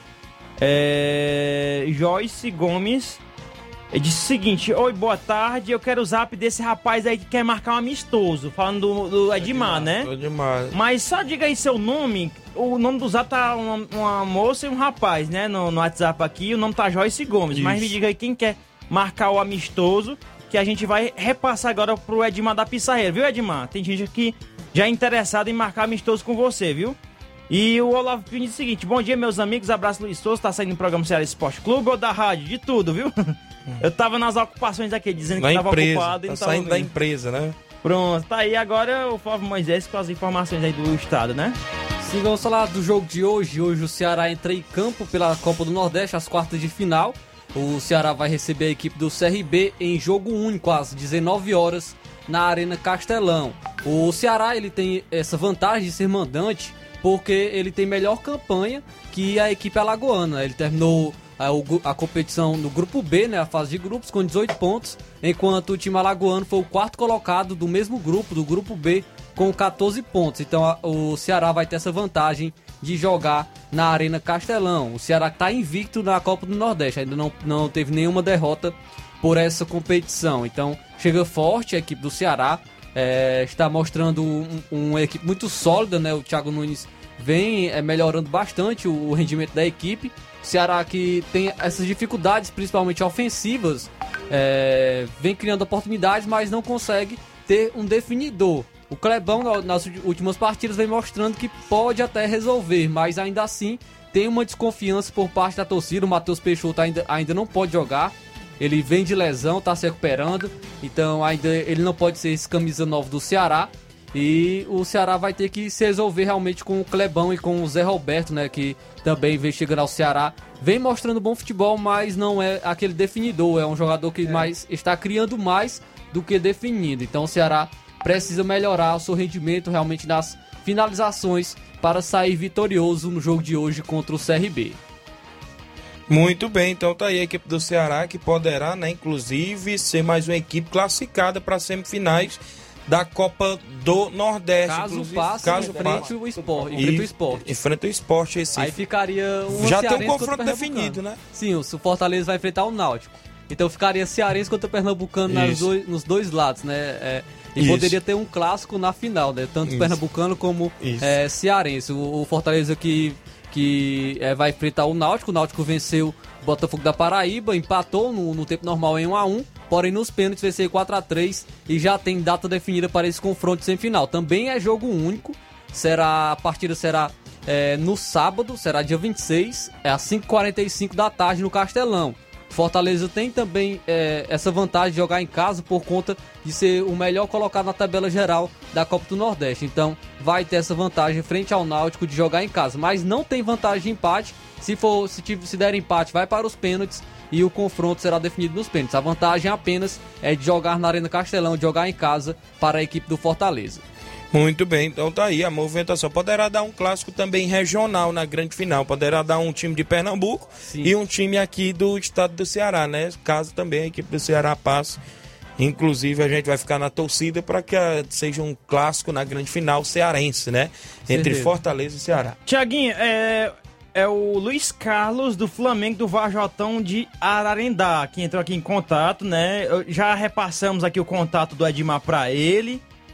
S3: É, Joyce Gomes ele disse o seguinte: oi, boa tarde, eu quero o zap desse rapaz aí que quer marcar um amistoso, falando do, do Edmar, Edmar, né?
S2: Edmar.
S3: Mas só diga aí seu nome. O nome do zap tá uma, uma moça e um rapaz, né? No, no WhatsApp aqui, o nome tá Joyce Gomes. Isso. Mas me diga aí quem quer marcar o amistoso, que a gente vai repassar agora pro Edmar da Pissarreira, viu, Edmar? Tem gente aqui já interessada em marcar amistoso com você, viu? E o Olavo Pio diz o seguinte: bom dia, meus amigos, abraço Luiz Souza, tá saindo no programa Ceará Esporte Clube ou da rádio, de tudo, viu? Eu tava nas ocupações aqui, dizendo
S2: da
S3: que tava
S2: empresa,
S3: ocupado e
S2: tá
S3: não tava
S2: saindo
S3: vindo.
S2: da empresa, né?
S3: Pronto, tá aí agora o Flávio Moisés com as informações aí do estado, né?
S4: Sim, vamos falar do jogo de hoje. Hoje o Ceará entra em campo pela Copa do Nordeste, as quartas de final. O Ceará vai receber a equipe do C R B em jogo único, às dezenove horas, na Arena Castelão. O Ceará ele tem essa vantagem de ser mandante, porque ele tem melhor campanha que a equipe alagoana. Ele terminou a, a competição no grupo B, né, a fase de grupos, com dezoito pontos, enquanto o time alagoano foi o quarto colocado do mesmo grupo, do grupo B, com catorze pontos. Então a, o Ceará vai ter essa vantagem de jogar na Arena Castelão. O Ceará está invicto na Copa do Nordeste, ainda não, não teve nenhuma derrota por essa competição. Então chega forte a equipe do Ceará, é, está mostrando um, uma equipe muito sólida, né? O Thiago Nunes vem é, melhorando bastante o, o rendimento da equipe. O Ceará que tem essas dificuldades, principalmente ofensivas, é, vem criando oportunidades, mas não consegue ter um definidor. O Clebão, nas últimas partidas, vem mostrando que pode até resolver, mas ainda assim tem uma desconfiança por parte da torcida. O Matheus Peixoto ainda, ainda não pode jogar. Ele vem de lesão, está se recuperando, então ainda ele não pode ser esse camisa nove do Ceará. E o Ceará vai ter que se resolver realmente com o Clebão e com o Zé Roberto, né, que também vem chegando ao Ceará. Vem mostrando bom futebol, mas não é aquele definidor. É um jogador que é. mais está criando mais do que definindo. Então o Ceará precisa melhorar o seu rendimento realmente nas finalizações para sair vitorioso no jogo de hoje contra o C R B.
S2: Muito bem, então tá aí a equipe do Ceará que poderá, né, inclusive, ser mais uma equipe classificada para as semifinais da Copa do Nordeste.
S4: Caso passe, caso enfrente o esporte.
S2: Enfrenta o esporte. Enfrenta o esporte esse.
S4: Aí ficaria um
S2: já tem um confronto definido, né?
S4: Sim, o Fortaleza vai enfrentar o Náutico. Então ficaria cearense contra Pernambucano nas dois, nos dois lados, né? É, e Isso. poderia ter um clássico na final, né? Tanto Isso. pernambucano como é, cearense. O, o Fortaleza que, que é, vai enfrentar o Náutico. O Náutico venceu o Botafogo da Paraíba, empatou no, no tempo normal em um a um. Porém, nos pênaltis venceu quatro a três e já tem data definida para esse confronto de semifinal. Também é jogo único. Será, a partida será é, no sábado, será dia vinte e seis, é às cinco e quarenta e cinco da tarde no Castelão. Fortaleza tem também é, essa vantagem de jogar em casa por conta de ser o melhor colocado na tabela geral da Copa do Nordeste. Então vai ter essa vantagem frente ao Náutico de jogar em casa. Mas não tem vantagem de empate. Se, for, se, se der empate, vai para os pênaltis e o confronto será definido nos pênaltis. A vantagem apenas é de jogar na Arena Castelão, de jogar em casa para a equipe do Fortaleza.
S2: Muito bem, então tá aí a movimentação. Poderá dar um clássico também regional na grande final. Poderá dar um time de Pernambuco Sim. e um time aqui do estado do Ceará, né? Caso também a equipe do Ceará passe. Inclusive a gente vai ficar na torcida para que seja um clássico na grande final cearense, né? Entre Certeza. Fortaleza e Ceará.
S3: Tiaguinho, é, é o Luiz Carlos do Flamengo do Varjotão de Ararendá, que entrou aqui em contato, né? Já repassamos aqui o contato do Edmar para ele.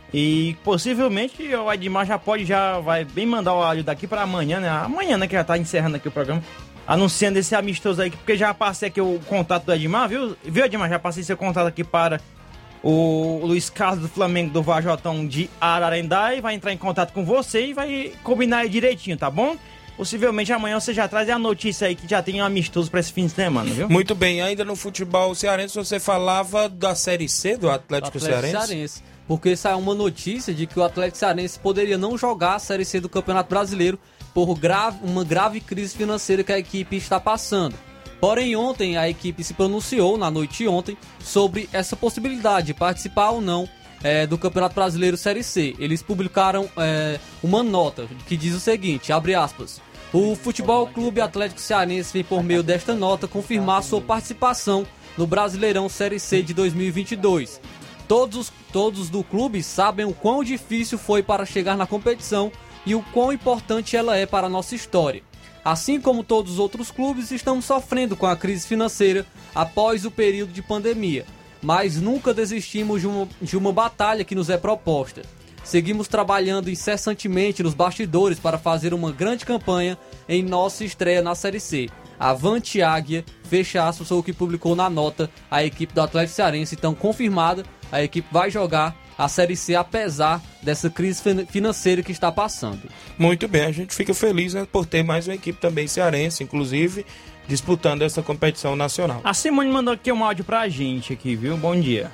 S3: E possivelmente o Edmar já pode, já vai bem mandar o áudio daqui para amanhã, né? Amanhã, né, que já tá encerrando aqui o programa, anunciando esse amistoso aí, porque já passei aqui o contato do Edmar, viu? Viu, Edmar? Já passei seu contato aqui para o Luiz Carlos do Flamengo do Vajotão de Ararendá e vai entrar em contato com você e vai combinar aí direitinho, tá bom? Possivelmente amanhã você já traz a notícia aí que já tem um amistoso para esse fim de semana, viu?
S2: Muito bem, ainda no futebol cearense você falava da Série C do Atlético,
S4: Atlético
S2: Cearense?
S4: Cearense. Porque saiu uma notícia de que o Atlético Cearense poderia não jogar a Série C do Campeonato Brasileiro por grave, uma grave crise financeira que a equipe está passando. Porém, ontem a equipe se pronunciou, na noite de ontem, sobre essa possibilidade de participar ou não é, do Campeonato Brasileiro Série C. Eles publicaram é, uma nota que diz o seguinte, abre aspas, o Futebol Clube Atlético Cearense vem por meio desta nota confirmar sua participação no Brasileirão Série C de dois mil e vinte e dois. Todos, todos do clube sabem o quão difícil foi para chegar na competição e o quão importante ela é para a nossa história. Assim como todos os outros clubes, estamos sofrendo com a crise financeira após o período de pandemia, mas nunca desistimos de uma, de uma batalha que nos é proposta. Seguimos trabalhando incessantemente nos bastidores para fazer uma grande campanha em nossa estreia na Série C. Avante Águia, fecha aspas, foi o que publicou na nota a equipe do Atlético Cearense, então confirmada, a equipe vai jogar a Série C apesar dessa crise financeira que está passando.
S2: Muito bem, a gente fica feliz, né, por ter mais uma equipe também cearense, inclusive, disputando essa competição nacional.
S3: A Simone mandou aqui um áudio pra gente aqui, viu? Bom dia.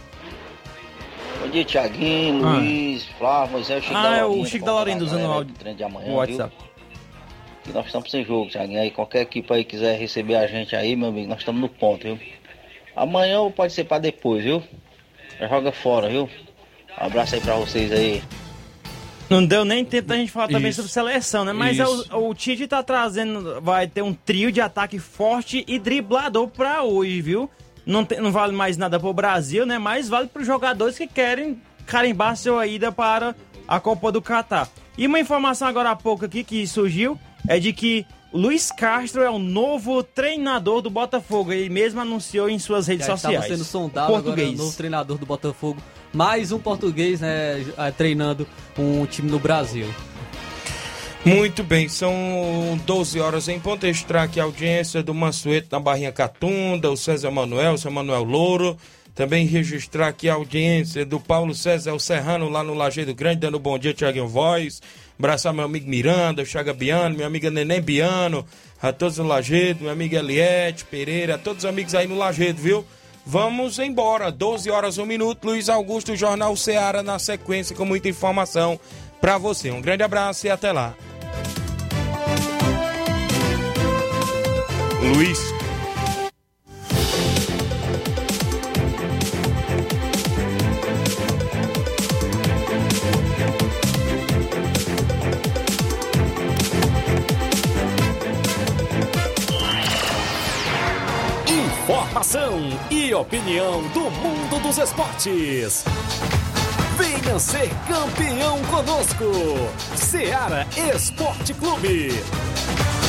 S13: Bom dia, Thiaguinho, ah. Luiz, Flávio, Moisés, Chico
S3: ah,
S13: da Lorinda.
S3: Ah, é o Chico da Lorinda usando o áudio
S13: treino de amanhã,
S3: o WhatsApp.
S13: Viu? E nós estamos sem jogo, Thiaguinho. Aí qualquer equipe aí quiser receber a gente aí, meu amigo, nós estamos no ponto, viu? Amanhã ou pode ser pra depois, viu? Já joga fora, viu? Um abraço aí pra vocês aí.
S3: Não deu nem tempo da gente falar também
S2: Isso.
S3: sobre seleção, né? Mas é o, o Tite tá trazendo, vai ter um trio de ataque forte e driblador pra hoje, viu? Não, tem, não vale mais nada pro Brasil, né? Mas vale pros jogadores que querem carimbar sua ida para a Copa do Catar. E uma informação agora há pouco aqui que surgiu é de que o Luiz Castro é o novo treinador do Botafogo. Ele mesmo anunciou em suas redes
S4: Já
S3: sociais.
S4: Estava sendo sondado agora o novo treinador do Botafogo. Mais um português, né, treinando um time no Brasil.
S2: Muito bem, são doze horas em ponto. Extra aqui a audiência do Mansueto na Barrinha Catunda, o César Manuel, o César Manuel Louro. Também registrar aqui a audiência do Paulo César, o Serrano, lá no Lajeado Grande, dando bom dia, Thiaguinho Voz. Abraçar meu amigo Miranda, o Chaga Biano, minha amiga Neném Biano, a todos no Lajeado, meu amigo Eliette Pereira, a todos os amigos aí no Lajeado, viu? Vamos embora, doze horas, um minuto, Luiz Augusto, Jornal Ceará na sequência com muita informação pra você. Um grande abraço e até lá. Luiz.
S1: Informação e opinião do mundo dos esportes. Venha ser campeão conosco. Ceará Esporte Clube.